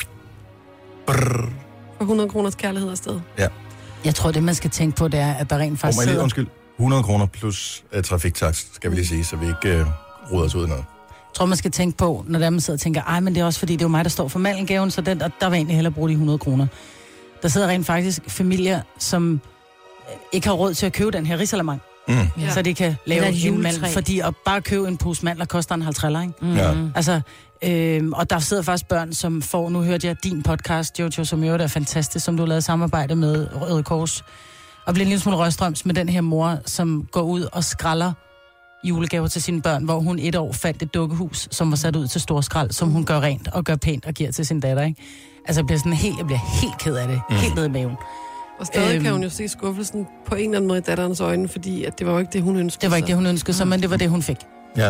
S1: Brrr.
S2: For hundrede kroners kærlighed afsted.
S1: Ja.
S4: Jeg tror, det man skal tænke på, det er, at der rent
S1: Og
S4: faktisk
S1: mig lige,
S4: sidder...
S1: undskyld, hundrede kroner plus uh, trafiktakst, skal vi lige sige, så vi ikke uh, roder os ud i noget.
S4: Jeg tror, man skal tænke på, når der man sidder og tænker, ej, men det er også fordi, det er jo mig, der står for maldengaven, så den, og der vil jeg egentlig hellere bruge de hundrede kroner. Der sidder rent faktisk familier, som ikke har råd til at købe den her risalamang.
S1: Mm.
S4: Ja. Så de kan lave
S3: Eller et
S4: en
S3: juletræ.
S4: mandel, fordi at bare købe en pose mandler koster en halvtreller, ikke?
S3: Mm.
S1: Ja.
S4: Altså, øhm, og der sidder faktisk børn, som får, nu hørte jeg din podcast, Jojo, som jo er fantastisk, som du har lavet samarbejde med Røde Kors, og bliver en lille smule røgstrøms med den her mor, som går ud og skralder julegaver til sine børn, hvor hun et år fandt et dukkehus, som var sat ud til stor skrald, som hun gør rent og gør pænt og giver til sin datter, ikke? Altså, jeg bliver sådan helt, jeg bliver helt ked af det. Mm. Helt ned i maven.
S2: Og stadig
S4: Øhm.
S2: kan hun jo se skuffelsen på en eller anden måde i datterens øjne, fordi at det var jo ikke det, hun ønskede
S4: Det var ikke
S2: sig.
S4: det, hun ønskede sig, men det var det, hun fik.
S1: Ja.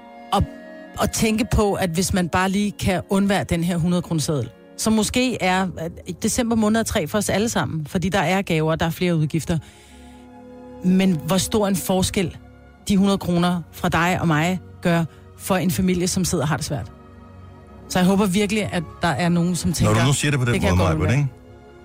S4: Og tænke på, at hvis man bare lige kan undvære den her hundrede kroner seddel, som måske er at december måned er tre for os alle sammen, fordi der er gaver, der er flere udgifter. Men hvor stor en forskel de hundrede kroner fra dig og mig gør for en familie, som sidder og har det svært. Så jeg håber virkelig, at der er nogen, som tænker...
S1: Når du nu siger det på den
S4: det kan
S1: måde,
S4: jeg godt
S1: Maja,
S4: undvære.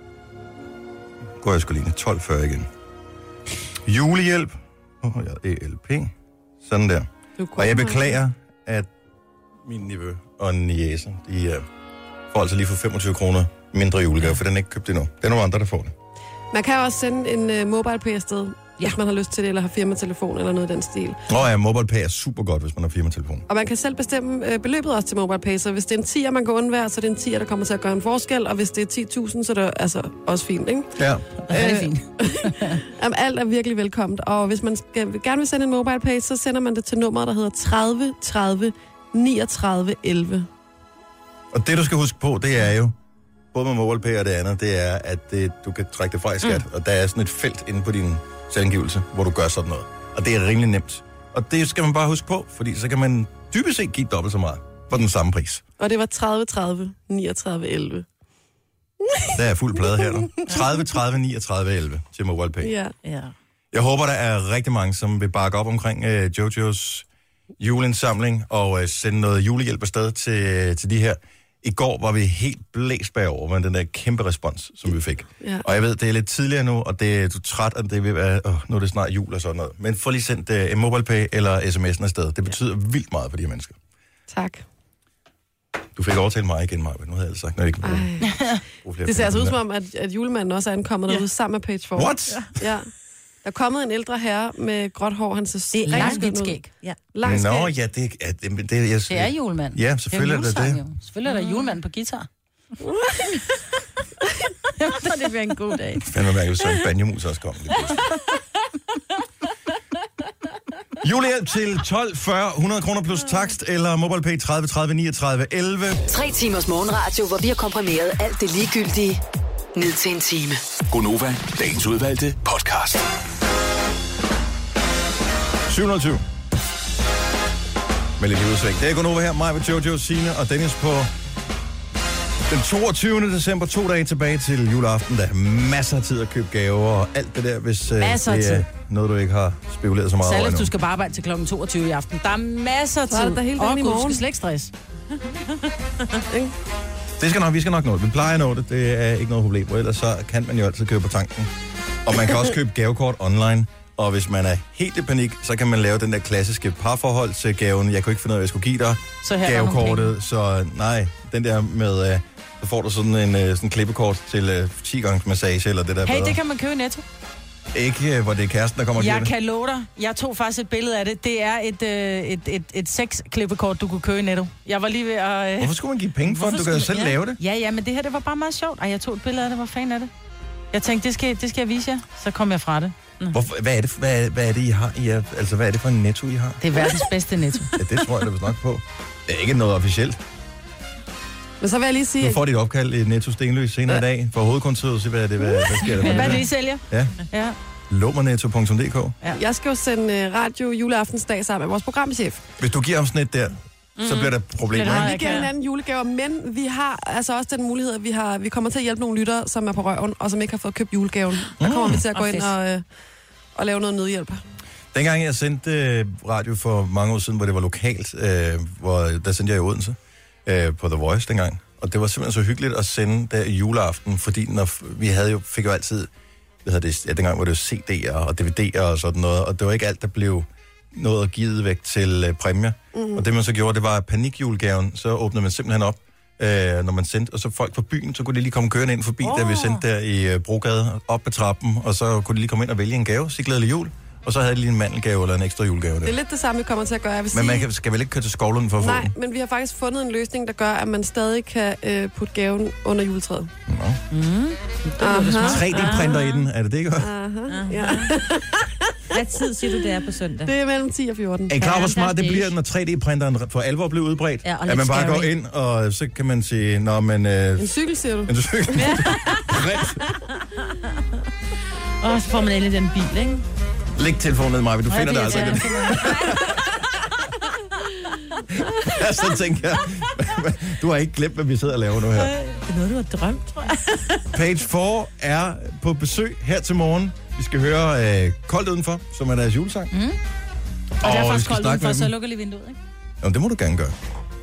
S1: ikke? Går jeg sgu lige tolv fyrre igen. Julehjælp. H J E L P. Sådan der.
S2: Det er jo godt,
S1: Og jeg
S2: Maja.
S1: beklager, at min nevø og niece, de uh, får altså lige for femogtyve kroner mindre julegave, for den er ikke købt endnu. Det er nogle andre, der får det.
S2: Man kan også sende en uh, mobile pay afsted, ja. hvis man har lyst til det, eller har firmatelefon eller noget i den stil.
S1: Nå ja, MobilePay er super godt, hvis man har firmatelefon.
S2: Og man kan selv bestemme øh, beløbet også til mobile pay, så hvis det er en tier, man kan undvære, så er det en tier, der kommer til at gøre en forskel, og hvis det er ti tusind, så er det altså også fint, ikke?
S1: Ja.
S4: Ja, det er
S2: Øh,
S4: fint.
S2: Jamen, alt er virkelig velkomment, og hvis man skal, gerne vil sende en mobile pay, så sender man det til nummeret, der hedder tredive tredive niogtredive elleve.
S1: Og det, du skal huske på, det er jo, både med MobilePay og det andet, det er, at det, du kan trække det fra i skat, mm. og der er sådan et felt inde på din selvangivelse, hvor du gør sådan noget. Og det er rimelig nemt. Og det skal man bare huske på, fordi så kan man dybest set give dobbelt så meget for den samme pris.
S2: Og det var tredive tredive niogtredive elleve.
S1: Der er fuld plade her nu. tredive tredive niogtredive elleve til MobilePay.
S2: Ja.
S3: Ja.
S1: Jeg håber, der er rigtig mange, som vil bakke op omkring øh, Jojos juleindsamling og øh, sende noget julehjælp afsted til, til de her. I går var vi helt blæst bagover med den der kæmpe respons, som vi fik.
S2: Ja.
S1: Og jeg ved, det er lidt tidligere nu, og det er du er træt, at det vil være, åh, nu er det snart jul og sådan noget. Men få lige sendt uh, en MobilePay eller sms'en afsted. Det betyder ja. vildt meget for de her mennesker.
S2: Tak.
S1: Du fik overtalt mig igen, Maja. Nu havde jeg altså sagt, når jeg ikke
S2: Ej.
S1: bruge flere
S2: Det ser
S1: penge
S2: altså ud
S1: på
S2: som
S1: den
S2: om, at, at julemanden også er ankommet derude sammen med Page Four.
S1: What?
S2: Ja. Der er kommet en ældre herre med gråt hår. Han ser
S3: Det er
S2: rigtig
S3: langt
S2: skøn ud.
S3: skæg. Ja.
S1: der.
S2: Langt skæg.
S1: Nå, ja, det, ja, det, det, jeg,
S4: Det er julemand.
S1: Ja, selvfølgelig er det
S4: det.
S1: det.
S4: Jo. Selvfølgelig er der julemand på guitar.
S3: Det bliver en god dag.
S1: Fandme mærke, hvis så en banjomus også kom. lige pludselig. Julehjælp til tolv fyrre hundrede kroner plus takst, eller MobilePay tredive tredive niogtredive elleve.
S8: Tre timers morgenradio, hvor vi har komprimeret alt det ligegyldige ned til en time.
S6: Gonova, dagens udvalgte podcast.
S1: syv nul syv. Med lidt udsvæk. Det er Gonova her, mig med Jojo, Signe og Dennis på den toogtyvende december, to dage tilbage til juleaften. Der er masser af tid at købe gaver og alt det der, hvis uh,
S4: Masser af
S1: det er
S4: tid.
S1: noget, du ikke har spekuleret så meget over
S4: Særligt,
S1: endnu.
S4: du skal bare arbejde til klokken toogtyve i aften. Der er masser af tid.
S2: Så er det da hele dagen
S4: Åh,
S2: i
S4: Gud, du
S2: morgen.
S4: skal slet ikke stress.
S1: Det skal nok, vi skal nok nå det. Vi plejer at nå det, det er ikke noget problem. Og ellers så kan man jo altid købe på tanken. Og man kan også købe gavekort online. Og hvis man er helt i panik, så kan man lave den der klassiske parforhold til gaven. Jeg kunne ikke finde ud af, hvad jeg skulle give dig.
S4: Så her er der nogle
S1: gavekortet, så nej, den der med, uh, Så får du sådan en øh, sådan klippekort til øh, ti gange massage, eller det der
S4: Hey,
S1: bedre.
S4: det kan man købe i Netto.
S1: Ikke, øh, hvor det er kæresten, der kommer og giver
S4: Jeg
S1: det.
S4: kan love dig. Jeg tog faktisk et billede af det. Det er et, øh, et, et, et sex-klippekort, du kunne købe i Netto. Jeg var lige ved at... Øh...
S1: Hvorfor skulle man give penge for det? Du kan jo selv
S4: ja.
S1: lave det.
S4: Ja, ja, men det her, det var bare meget sjovt. Ej, jeg tog et billede af det. Hvor fanden er det? Jeg tænkte, det skal, det skal jeg vise jer. Så kom jeg fra det.
S1: Hvorfor, hvad, er det, hvad, er, hvad er det, I har? I er, altså, hvad er det for en Netto, I har?
S4: Det er verdens bedste Netto.
S1: Ja, det tror jeg, der vil snakke på. Det er ikke noget officielt.
S2: Men så vil jeg lige sige...
S1: Nu får de et opkald i Netto Stenløs senere ja. i dag for hovedkontoret. Se, hvad, er det, hvad, hvad sker der?
S4: Hvad er det, I sælger?
S1: Ja.
S4: Ja.
S1: lummernetto punktum d k.
S2: Ja. Jeg skal jo sende radio juleaftensdag sammen med vores programchef.
S1: Hvis du giver ham sådan et der, mm. så bliver der problemer,
S2: Vi
S1: ikke?
S2: giver hinanden julegaver, men vi har altså også den mulighed, at vi, har, vi kommer til at hjælpe nogle lyttere, som er på røven, og som ikke har fået købt julegaven. Der kommer vi til at gå
S3: Og
S2: ind
S3: fedt.
S2: og, øh, og lave noget nødhjælp.
S1: Dengang jeg sendte øh, radio for mange år siden, hvor det var lokalt, øh, hvor, der sendte jeg i Odense øh, på The Voice dengang. Og det var simpelthen så hyggeligt at sende der i juleaften, fordi når vi havde jo, fik jo altid, hvad hedder det, ja, dengang var det jo C D'er og D V D'er og sådan noget, og det var ikke alt, der blev noget givet væk til øh, præmier. Mm. Og det man så gjorde, det var panikjulegaven, så åbnede man simpelthen op, øh, når man sendte, og så folk fra byen, så kunne de lige komme kørende ind forbi, oh. da vi sendte der i øh, Brogade, op ad trappen, og så kunne de lige komme ind og vælge en gave, så glædelig jul. Og så havde de lige en mandelgave eller en ekstra julegave der.
S2: Det er lidt det samme, vi kommer til at gøre. Jeg vil
S1: Men man
S2: sige,
S1: kan, skal vel ikke køre til Skovlund for at få
S2: nej,
S1: den?
S2: men vi har faktisk fundet en løsning, der gør, at man stadig kan øh, putte gaven under juletræet.
S1: Nå.
S4: Mm.
S2: Aha.
S1: tre D-printer i den, er det det ikke?
S2: Aha. Ja.
S3: Hvad tid siger du, det er på søndag?
S2: Det er mellem ti og fjorten.
S1: Er I klar, hvor
S3: Ja,
S1: smart det
S3: der er
S1: bliver, når tre D-printeren for alvor bliver udbredt?
S3: Ja, og
S1: at
S3: lidt
S1: man bare
S3: scary.
S1: går ind, og så kan man sige, nå, men... Øh,
S2: En cykel, siger du?
S1: en cykel. Print.
S3: Og så får man endelig den bil, ikke?
S1: Læg telefonen ned, Maja, du finder det altså
S3: ja,
S1: ikke. Ja, så tænker jeg, du har ikke glemt, hvad vi sidder og laver nu her.
S3: Det er noget, du har drømt, tror jeg.
S1: Page fire er på besøg her til morgen. Vi skal høre øh, Koldt Udenfor, som er deres julesang.
S4: Mm. Og, og det er faktisk koldt udenfor, så jeg lukker lige vinduet, ikke?
S1: Jamen, det må du gerne gøre.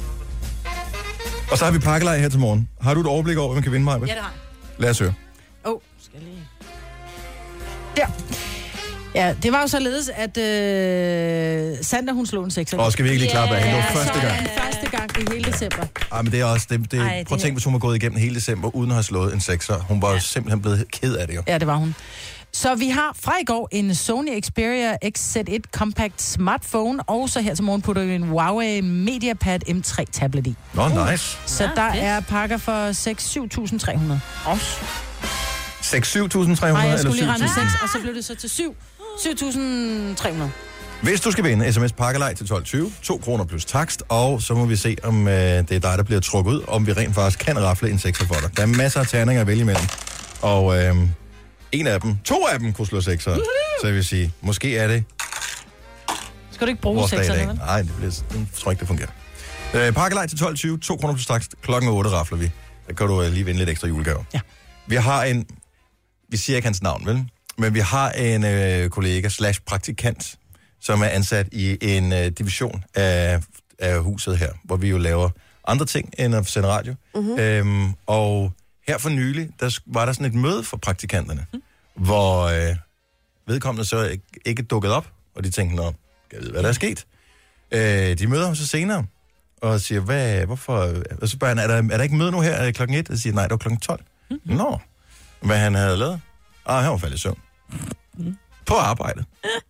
S1: Og så har vi pakkelej her til morgen. Har du et overblik over, hvad man kan vinde, Maja?
S4: Ja, det har jeg.
S1: Lad os høre.
S4: Åh, oh, skal jeg lige... Der. Ja, det var jo således, at øh, Sandra, hun slog en sekser.
S1: Og skal vi ikke lige klappe af hende? Det var første gang.
S4: Ja, første gang i hele december.
S1: Ej, men det er også... Det, det,
S3: Ej,
S1: Ej,
S3: det
S1: prøv at tænke, hvis hun var gået igennem hele december, uden at have slået en sekser. Hun var ja. simpelthen blevet ked af det jo.
S4: Ja, det var hun. Så vi har fra i går en Sony Xperia X Z et Compact Smartphone, og så her til morgen putter vi en Huawei MediaPad M tre tablet i.
S1: Nå, uh. nice.
S4: Så
S3: Ja,
S4: der
S3: fedt.
S4: er pakker for seks til syv tusind tre hundrede.
S1: seks syv tusind tre
S4: Nej,
S1: hundrede
S4: jeg
S1: eller
S4: skulle lige
S1: syv
S4: regne
S1: tusind?
S4: seks, og så blev det så til syv tusind tre hundrede.
S1: Hvis du skal vinde sms pakkelej til tolv tyve, to kroner plus takst, og så må vi se, om øh, det er dig, der bliver trukket ud, om vi rent faktisk kan rafle en sekser for dig. Der er masser af terninger at vælge imellem, og øh, en af dem, to af dem kunne slå sekser. Så jeg vil sige, måske er det
S4: Skal du ikke bruge
S1: vores dag i
S4: sekserne,
S1: dag.
S4: vel?
S1: Nej, det bliver, jeg tror ikke, det fungerer. Øh, pakkelej til tolv tyve, to kroner plus takst, klokken otte rafler vi. Der kan du øh, lige vinde lidt ekstra julegave.
S4: Ja.
S1: Vi har en, vi siger ikke hans navn, vel? Men vi har en øh, kollega slash praktikant, som er ansat i en øh, division af, af huset her, hvor vi jo laver andre ting end at sende radio. Mm-hmm. Øhm, og her for nylig, der sk- var der sådan et møde for praktikanterne, mm. hvor øh, vedkommende så ikke, ikke dukket op, og de tænkte, nå, jeg ved, hvad der er sket. Øh, de møder ham så senere, og siger, hvad, hvorfor, og så spørger han, er der, er der ikke møde nu her, er det klokken et? Og siger, nej, det var klokken tolv. Mm-hmm. Nå, hvad han havde lavet? Ah, han var faldet i søvn. Mm. På arbejdet.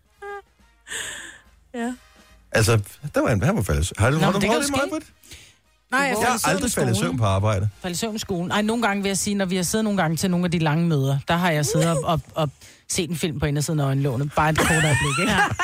S5: Ja.
S1: Altså, der var en, han var faldet i søvn. Har du,
S4: Nå,
S1: har du
S4: det kan
S1: prøvet
S4: jo
S1: det
S4: ske.
S1: meget?
S4: Nej, jeg
S1: Jeg har aldrig faldet i søvn på arbejde.
S4: Faldt i søvn i skolen. Ej, nogle gange vil jeg sige, når vi har siddet nogle gange til nogle af de lange møder, der har jeg siddet op og, og set en film på indersiden af øjenlåget. Bare et kort øjeblik, ikke? Ja.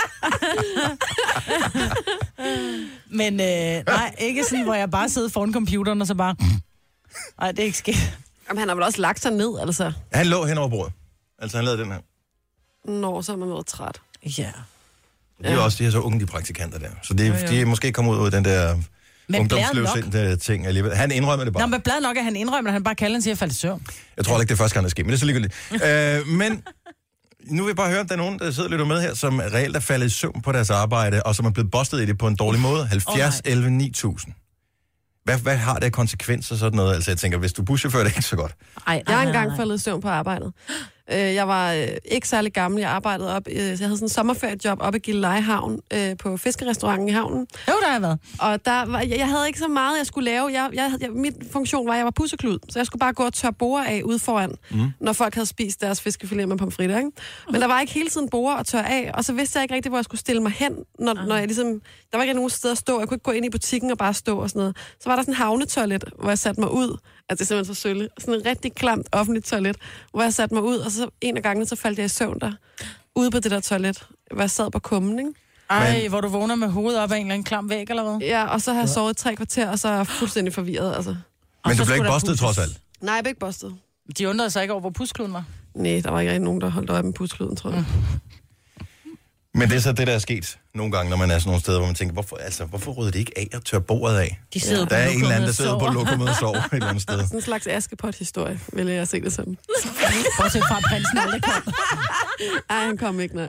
S4: Men øh, nej, ikke sådan, hvor jeg bare sidder foran computeren og så bare... Nej, det er ikke sket.
S2: Jamen, han har vel også lagt sig ned, altså.
S1: Han lå hen over bordet. Altså, han lavede den her.
S2: Nå, så er man været træt.
S4: Ja.
S1: Det er jo også de her så unge, de praktikanter der. Så de, de er måske kommet ud af den der
S4: Men
S1: ungdomsløvsindte ting alligevel. Han indrømmer det bare.
S4: Nå, men blad nok, at han indrømmer, at han bare kalder, han siger, at falde i søvn.
S1: Jeg tror ikke, det er første gang, der sker, men det er så ligegyldigt. øh, men nu vil jeg bare høre, om der er nogen, der sidder lidt med her, som reelt er faldet i søvn på deres arbejde, og som er blevet bustet i det på en dårlig måde. halvfjerds elleve ni tusind. Hvad, hvad har det af konsekvenser sådan noget? Altså, jeg tænker, hvis du er buschauffør, det er ikke så godt.
S3: Ej,
S2: Jeg har engang faldet i søvn på arbejdet. Øh, jeg var øh, ikke særlig gammel. Jeg arbejdede op, øh, jeg havde sådan en sommerferiejob oppe i Gilleleje Havn, øh, på fiskerestauranten i havnen.
S4: Jo, der har jeg været.
S2: Og der var, jeg, jeg havde ikke så meget, jeg skulle lave. Jeg, jeg, jeg, min funktion var, at jeg var pusseklud, så jeg skulle bare gå og tørre borer af ude foran, mm. når folk havde spist deres fiskefilet med pomfritter, ikke? Men der var ikke hele tiden borer at tørre af, og så vidste jeg ikke rigtig, hvor jeg skulle stille mig hen, når, uh. når jeg ligesom... Der var ikke nogen steder at stå. Jeg kunne ikke gå ind i butikken og bare stå og sådan noget. Så var der sådan en havnetoilet, hvor jeg satte mig ud. Altså, det er simpelthen så sølle. Sådan en rigtig klamt offentligt toilet, hvor jeg satte mig ud, og så en af gangene, så faldt jeg i søvn der. Ude på det der toilet, hvor jeg sad på kummen, ikke?
S4: Ej, Men... hvor du vågner med hovedet op af en eller anden klam væg, eller hvad?
S2: Ja, og så har jeg sovet tre kvarter, og så er jeg fuldstændig forvirret, altså.
S1: Men du blev ikke bustet, trods alt?
S2: Nej, jeg blev ikke bustet.
S4: De undrede sig ikke over, hvor puskluden var?
S2: Nej, der var ikke rigtig nogen, der holdt øje med puskluden, tror jeg. Mm.
S1: Men det er så det, der er sket nogle gange, når man er sådan nogle steder, hvor man tænker, hvorfor, altså, hvorfor rydder de ikke af og tør bordet af?
S3: De sidder
S1: ja.
S3: på
S1: Der er en eller anden, der sidder på lokummet og sover et eller andet sted.
S2: Sådan en slags Askepot-historie, vil jeg se det som.
S4: Bortset fra, at prinsen aldrig kom.
S2: Ej, han kom ikke, nej.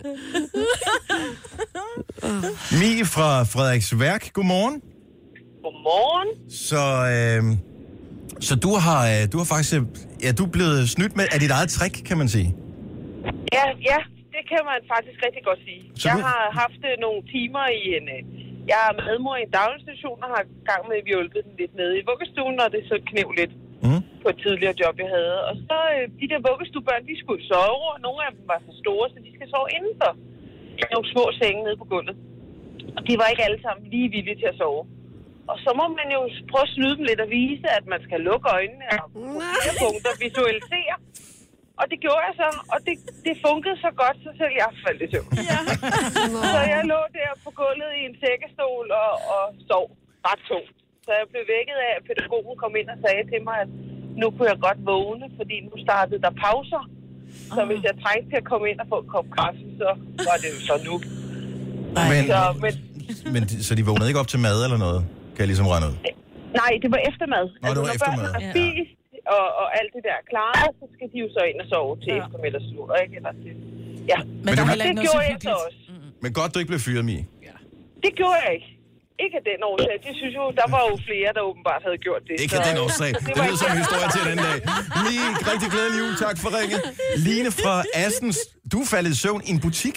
S1: uh. Mie fra Frederiksværk, godmorgen.
S9: Godmorgen.
S1: Så, øh, så du har, du har faktisk, ja, du er blevet snydt med af dit eget trick, kan man sige.
S9: Ja, ja. Det kan man faktisk rigtig godt sige. Så jeg du... har haft uh, nogle timer i en... Uh, jeg er medmor i en daginstitution og har gang med, at vi hjulpet den lidt med i vuggestuen, og det så knev lidt mm. på et tidligere job, jeg havde. Og så uh, de der vuggestuebørn, de skulle sove, og nogle af dem var så store, så de skal sove indenfor. I nogle små senge nede på gulvet. Og de var ikke alle sammen lige villige til at sove. Og så må man jo prøve at snyde dem lidt og vise, at man skal lukke øjnene og på flere punkter visualisere. Og det gjorde jeg så, og det, det funkede så godt, så selv jeg faldt i søvn. Ja. Så jeg lå der på gulvet i en sækkestol og, og sov ret tungt. Så jeg blev vækket af, at pædagogen kom ind og sagde til mig, at nu kunne jeg godt vågne, fordi nu startede der pauser. Så hvis jeg trængte til at komme ind og få en kop kaffe, så var det jo så nu.
S1: Men,
S9: så, men,
S1: men, så de vågnede ikke op til mad eller noget? Kan jeg ligesom regne ud?
S9: Nej, det var eftermad.
S1: Nå, altså, det var eftermad.
S9: Når børnene har spist, Og, og alt det der klaret, så skal de jo så ind og sove til ja. eftermiddagslur, ikke? Eller til... Ja,
S4: men, men der det
S9: gjorde jeg så også.
S1: Mm. Men godt, du ikke blev fyret, Mie.
S9: Ja. Det gjorde jeg ikke. Ikke af den årsag. Det synes jo, der var jo flere, der åbenbart havde gjort det.
S1: Ikke af den årsag. Det lyder som en historie til den dag. Mie, rigtig glædelig jul. Tak for ringet. Line fra Assens. Du faldt i søvn i en butik?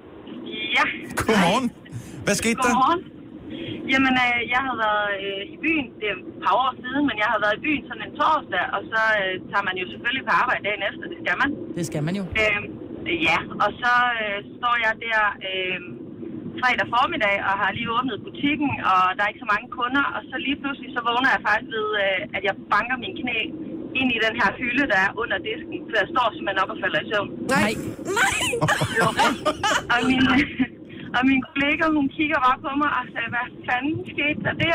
S10: Ja.
S1: Godmorgen. Hvad skete der?
S10: Godmorgen. Jamen, øh, jeg har været øh, i byen, det er et par år siden, men jeg har været i byen sådan en torsdag, og så øh, tager man jo selvfølgelig på arbejde dagen efter, det skal man.
S4: Det skal man jo.
S10: Øh, ja, og så øh, står jeg der øh, fredag formiddag og har lige åbnet butikken, og der er ikke så mange kunder, og så lige pludselig så vågner jeg faktisk ved, øh, at jeg banker min knæ ind i den her hylde, der er under disken, for jeg står simpelthen op og falder i søvn.
S2: Nej, nej!
S10: Jo. Og min... Og min kollega, hun kigger bare på mig og sagde, hvad fanden skete der der?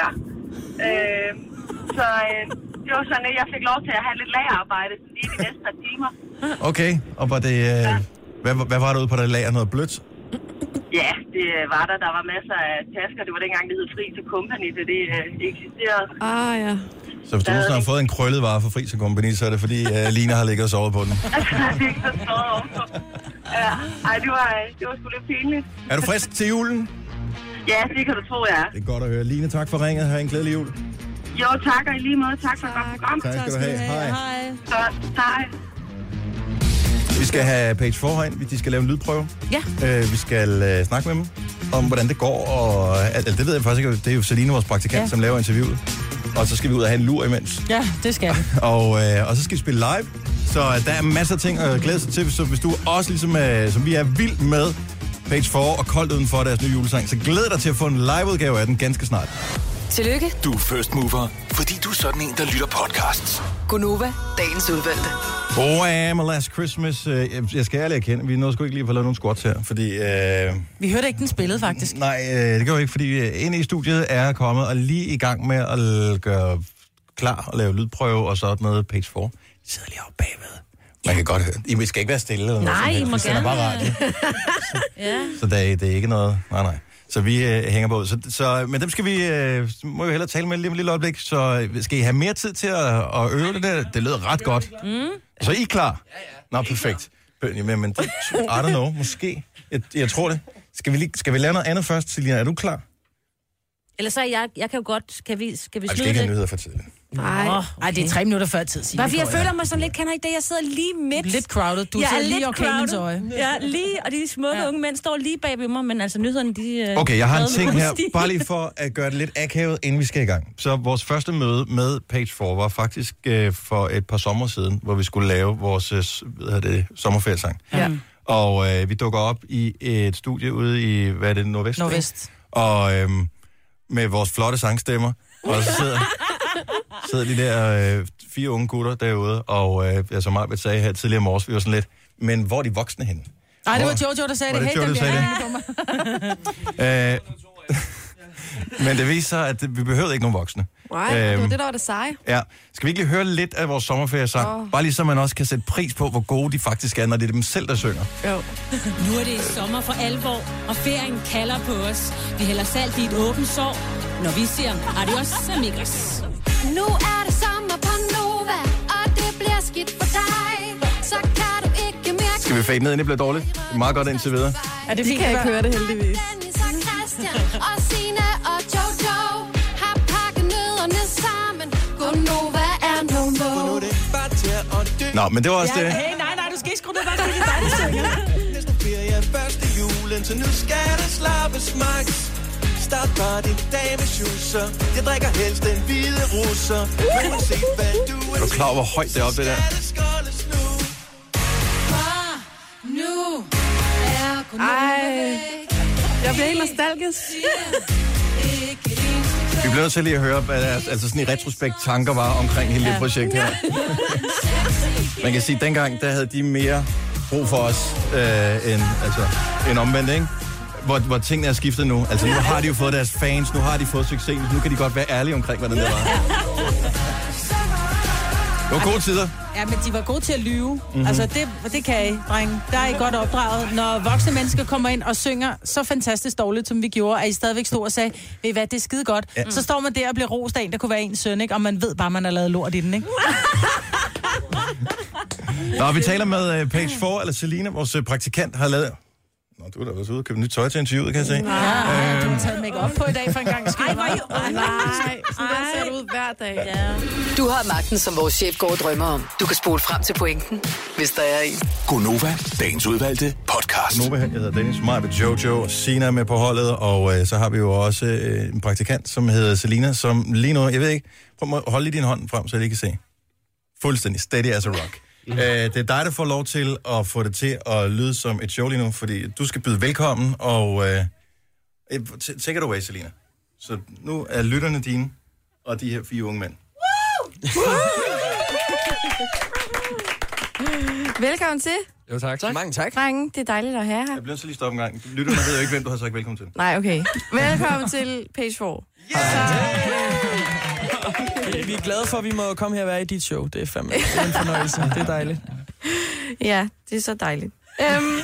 S10: Øh, så øh, det var sådan, at jeg fik lov til at have lidt lagerarbejde lige de næste par timer.
S1: Okay, og var det, øh, ja. hvad, hvad var der ude på det lager? Noget blødt?
S10: Ja, det var der. Der var masser af tasker. Det var dengang, det hed Fri til Company, så det øh, eksisterede.
S2: Ah, ja.
S1: Så hvis du nogensinde har fået en krøllet vare for Fri til Company, så er det fordi, uh, Lina har ligget og sovet på den.
S10: Det er ikke så sovet ovenpå. Ja, ej, det var, det var sgu lidt pinligt.
S1: Er du frisk til julen?
S10: Ja, det kan du tro, jeg er.
S1: Det er godt at høre. Line, tak for ringet. Ha' en glædelig jul.
S10: Jo, tak, og i lige måde. Tak for et godt program.
S1: Tak skal du have. Hej.
S10: Hej. Godt, hej.
S1: Vi skal have Page fire herind. De skal lave en lydprøve.
S3: Ja.
S1: Uh, vi skal uh, snakke med dem om, hvordan det går. Og, altså, det ved jeg faktisk ikke. Det er jo Selina, vores praktikant, ja. som laver interviewet. Og så skal vi ud og have en lur imens.
S4: Ja, det skal vi.
S1: og, øh, og så skal vi spille live. Så der er masser af ting at glæde sig til. Så hvis du også ligesom, øh, som vi er vild med Page fire og koldt udenfor deres nye julesang, så glæd dig til at få en liveudgave af den ganske snart.
S8: Tillykke.
S6: Du er first mover, fordi du er sådan en, der lytter podcasts.
S8: Gunova, dagens udvalgte.
S1: Wham! Last Christmas. Jeg skal ærligt erkende, vi nåede sgu ikke lige at få lavet nogle squats her, fordi... Øh...
S4: Vi hørte ikke den spillede, faktisk.
S1: Nej, øh, det gør vi ikke, fordi inde i studiet er kommet og lige i gang med at gøre klar og lave lydprøve og sådan noget. Page fire. De sidder lige oppe bagved. Man kan godt høre. I skal ikke være stille eller noget.
S3: Nej, I må
S1: gerne. Bare radio. så
S3: ja.
S1: så det, er, det er ikke noget... Nej, nej. Så vi øh, hænger på. Så, så, men dem skal vi, øh, må jo hellere tale med lige om et lille øjeblik. Så skal I have mere tid til at, at øve det der? Det lyder ret godt. Mm. Så er I klar? Nå, perfekt. Men, men det, I don't know, måske. Jeg, jeg tror det. Skal vi, lige, skal vi lave noget andet først, Selina? Er du klar?
S3: Eller så er jeg, jeg kan jo godt, skal vi, skal vi
S1: Ej,
S3: slutte
S1: vi skal ikke have
S3: det?
S1: nyheder for tidligt.
S2: Nej,
S4: okay. Ej, det er tre minutter før tid, Signe.
S3: Bare fordi jeg føler mig sådan lidt, kan ikke det? Jeg sidder lige midt.
S4: Lidt crowded. Du
S3: jeg
S4: sidder
S3: er
S4: lige
S3: lidt
S4: i orkanens øje.
S3: Ja, lige, og de smukke ja. unge mænd står lige bag ved mig, men altså nyhederne, de...
S1: Okay, jeg har en ting her, bare lige for at gøre det lidt akavet, inden vi skal i gang. Så vores første møde med Page fire var faktisk øh, for et par sommer siden, hvor vi skulle lave vores øh, hvad det, sommerferiesang. Ja. Og øh, vi dukker op i et studie ude i, hvad er det, Nordvest?
S4: Nordvest.
S1: Og øh, med vores flotte sangstemmer, og så sidder... sidder de der øh, fire unge gutter derude, og øh, jeg som Marbet sagde her tidligere morges, vi var sådan lidt, men hvor er de voksne henne?
S4: Nej, det var Jojo, der sagde
S1: hvor
S4: det.
S1: Hey, det, Jojo, sagde det. øh, men det viser sig, at vi behøvede ikke nogen voksne.
S2: Nej, øh, det var det, der var det seje.
S1: Ja. Skal vi ikke lige høre lidt af vores sommerferiesang? Oh. Bare lige så man også kan sætte pris på, hvor gode de faktisk er, når det er dem selv, der synger.
S2: Jo.
S11: Nu er det sommer for alvor, og ferien kalder på os. Vi hælder salt i et åbent sår, når vi siger adios amigos.
S12: Nu er det sommer på Nova, og det bliver skidt for dig. Så kan du ikke mere...
S1: Skal vi fade ned, inden det bliver dårligt? Det er meget godt indtil videre.
S2: Ja, det fint, kan jeg ikke høre det heldigvis.
S12: Dennis og Christian og Signe og Jojo har pakket nødderne sammen. Gonova er no-no.
S1: Nå, men det var også
S4: ja,
S1: det.
S4: Hey, nej, nej, du skal ikke skrue ned, bare fordi det er dig, der synger.
S13: Næste ferie er første julen, så nu skal der slappes max. Start bare din dag med schusser. Jeg drikker helst en hvide russer. Men man se, hvad du
S1: er du klar over, hvor højt det er op, det der?
S12: Nu er
S2: Ej, jeg bliver helt nostalgisk.
S1: Vi bliver nødt til lige at høre, hvad der, altså sådan i retrospekt tanker var omkring hele ja. det projekt her. Man kan sige, at dengang, der havde de mere brug for os, øh, end, altså, end omvendt, ikke? Hvor, hvor tingene er skiftet nu. Altså nu har de jo fået deres fans, nu har de fået succes, nu kan de godt være ærlige omkring, hvordan det var. Det var gode tider.
S4: Ja, men de var gode til at lyve.
S1: Mm-hmm.
S4: Altså, det, det kan I, drenge. Der er I godt opdraget. Når voksne mennesker kommer ind og synger så fantastisk dårligt, som vi gjorde, at I stadigvæk stod og sagde, ved I hvad, det er skide godt. Ja. Så står man der og bliver rost af en, der kunne være en søn, ikke? Og man ved bare, man har lavet lort i den, ikke?
S1: Nå, vi taler med uh, Page fire, eller Selina, vores uh, praktikant, har lavet... Nå, du er da også ude og købe nyt tøj til interviewet, kan jeg se.
S4: Nej, øhm. du har taget make-up på i dag for en gang. Ej, hvor I...
S2: Oh, nej, sådan der ser du ud hver dag.
S8: Ja. Du har magten, som vores chef går og drømmer om. Du kan spole frem til pointen, hvis der er en.
S6: Gonova, dagens udvalgte podcast.
S1: Gonova, jeg hedder Dennis, mig med Jojo og Sina med på holdet, og øh, så har vi jo også øh, en praktikant, som hedder Selina, som lige nu, jeg ved ikke, prøv at holde lige din hånd frem, så jeg lige kan se. Fuldstændig steady as a rock. Mm. Uh, det er dig, der får lov til at få det til at lyde som et show lige nu, fordi du skal byde velkommen, og uh, take it away, Selina. Så nu er lytterne dine, og de her fire unge mænd.
S5: Velkommen til.
S14: Jo, tak. tak.
S1: Mange tak.
S5: Drenge, det er dejligt at have her.
S1: Jeg bliver så lige stoppe en gang. Lytterne ved jo ikke, hvem du har sagt velkommen til.
S5: Nej, okay. Velkommen til Page fire.
S14: Vi er glade for, at vi må komme her og være i dit show. Det er fandme det er en fornøjelse. Det er dejligt.
S5: Ja, det er så dejligt. Um...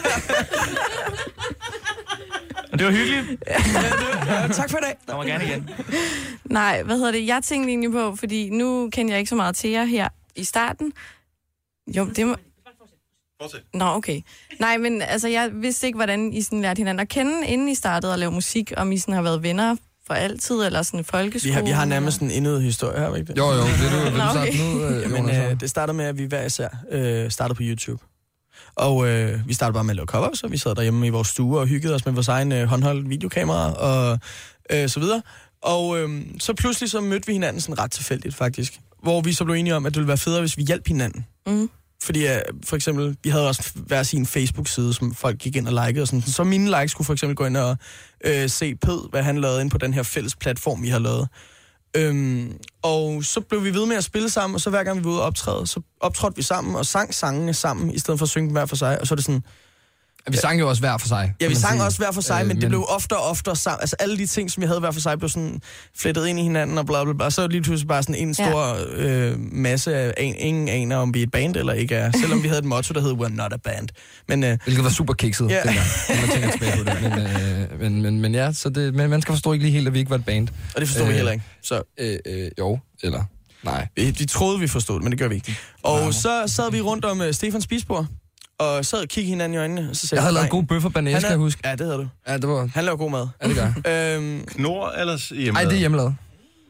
S14: Det var hyggeligt. Ja, ja, tak for i dag. Der må gerne igen.
S5: Nej, hvad hedder det? Jeg tænkte egentlig på, fordi nu kender jeg ikke så meget til jer her i starten. Jo, det må...
S1: Fortsæt.
S5: Nå, okay. Nej, men altså, jeg vidste ikke, hvordan I sådan lærte hinanden at kende, inden I startede at lave musik, om I sådan har været venner for altid, eller sådan en folkeskole?
S14: Vi har, vi har nærmest en indød historie her, ikke det?
S15: Jo, jo, det er du.
S5: Nå, okay.
S15: Nu, øh,
S14: Jamen, øh, det startede med, at vi hver især øh, startede på YouTube. Og øh, vi startede bare med at lave covers, så vi sad derhjemme i vores stue og hyggede os med vores egen øh, håndholdt videokamera og øh, så videre. Og øh, så pludselig så mødte vi hinanden sådan ret tilfældigt, faktisk. Hvor vi så blev enige om, at det ville være federe, hvis vi hjalp hinanden.
S5: Mm.
S14: Fordi uh, for eksempel, vi havde også hver sin Facebook-side, som folk gik ind og likede og sådan. Så mine likes kunne for eksempel gå ind og uh, se Ped, hvad han lavede ind på den her fælles platform, vi har lavet. Um, og så blev vi ved med at spille sammen, og så hver gang vi var ude og optræde, så optrådte vi sammen og sang sangene sammen, i stedet for at synge dem hver for sig. Og så er det sådan...
S15: Vi sang jo også hver for sig.
S14: Ja, vi sang sige. også hver for sig, øh, men, men det blev oftere og oftere sammen. Altså alle de ting, som vi havde hver for sig, blev sådan flettet ind i hinanden og bla bla bla. Så er det lige pludselig bare sådan en stor ja. øh, masse af en, ingen aner, om vi er et band eller ikke er. Selvom vi havde et motto, der hed We're not a band. Men, øh,
S15: hvilket var super kikset, ja. dengang, når man tænker tilbage på det. Men, øh, men, men, men ja, så det, men man skal forstå ikke lige helt, at vi ikke var et band.
S14: Og det forstod øh, vi heller ikke.
S15: Så øh, øh, jo, eller nej.
S14: Vi, vi troede, vi forstod det, men det gør vi ikke. Og ja. så sad vi rundt om uh, Stefans spisbord. Og sad og kiggede hinanden i øjnene. Og så sagde
S15: jeg havde
S14: jeg,
S15: lavet god bøf og banæs, kan jeg huske.
S14: Ja, det havde du.
S15: Ja, det var...
S14: Han laver god mad.
S15: Ja, det gør
S14: øhm,
S1: Knor eller hjemmelavet?
S15: Nej, det er hjemmelavet.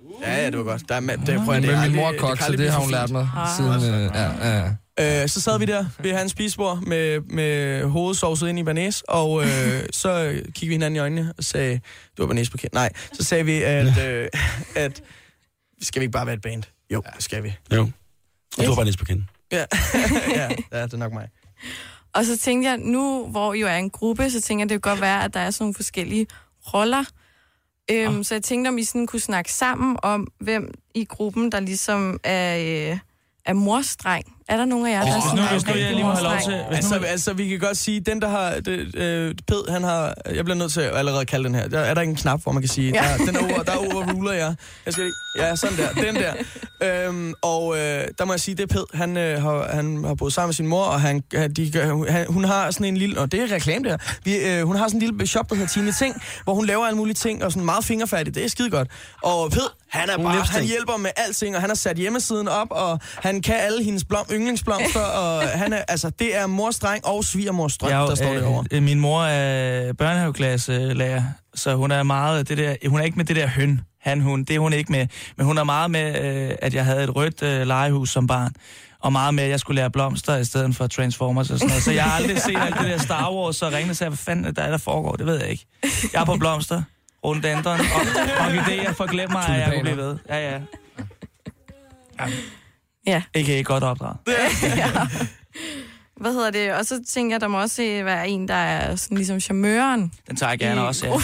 S14: Ja, ja, det var godt. Der er, det, prøv,
S15: Men
S14: det
S15: med
S14: er
S15: min
S14: aldrig-
S15: mor
S14: det
S15: kok,
S14: kan
S15: så
S14: aldrig
S15: det
S14: blive
S15: har
S14: for
S15: hun lært
S14: fint.
S15: mig siden... Øh, ja, ja.
S14: Øh, så sad vi der ved hans spisebord med, med hovedet sovset ind i banæs, og øh, så kiggede vi hinanden i øjnene og sagde, du var banæs på kendt. Nej, så sagde vi, at, øh, at skal vi ikke bare være et band? Jo, det skal vi.
S16: Jo, og du var banæs på kendt.
S14: Ja. ja, ja, det er nok mig.
S5: Og så tænkte jeg, nu hvor jo er en gruppe, så tænker jeg, det kan godt være, at der er sådan nogle forskellige roller. Øhm, oh. Så jeg tænkte, om I sådan kunne snakke sammen om, hvem i gruppen, der ligesom er... Øh, er morstreng. Er der nogen af jer, der
S14: Oh,
S5: sådan
S14: nu,
S5: er
S14: hvis nu jeg lige må have lov til...
S5: morstreng?
S14: Altså, altså, vi kan godt sige, den der har... Det, øh, Ped, han har... Jeg bliver nødt til at allerede kalde den her. Der er der ikke en knap, hvor man kan sige...
S5: Ja.
S14: Der, den er over, der er overruler jeg. jeg skal, ja, sådan der. Den der. Øhm, og øh, der må jeg sige, det er Ped. Han, øh, har, han har boet sammen med sin mor, og han, de, han, hun har sådan en lille... Og det er reklame der. Vi, øh, hun har sådan en lille shop, der hedder Tine Ting, hvor hun laver alle mulige ting, og sådan meget fingerfærdigt. Det er skide godt. Og Ped, han er bare... Han hjælper med alting, og han har sat hjemmesiden op, og han kan alle hendes blom, yndlingsblomster, og han er, altså, det er morstreng og svigermors drøm, der står
S17: øh,
S14: derovre.
S17: Min mor er børnehaveklasselærer, så hun er meget det der, hun er ikke med det der høn, han, hun, det er hun ikke med, men hun er meget med, øh, at jeg havde et rødt øh, legehus som barn, og meget med, at jeg skulle lære blomster i stedet for Transformers og sådan noget. Så jeg har aldrig set alt det der Star Wars, og ringede og sagde, hvad fanden der er, der foregår, det ved jeg ikke. Jeg er på blomster, rundanderen, og orkideer, for glem mig, at jeg kunne blive ved. Ja, ja. Ja.
S5: Ja.
S17: Ikke ikke godt opdraget.
S5: Ja. Hvad hedder det? Og så tænker jeg, der må også være en, der er sådan ligesom charmøren.
S17: Den tager jeg gerne
S5: I...
S17: også, ja.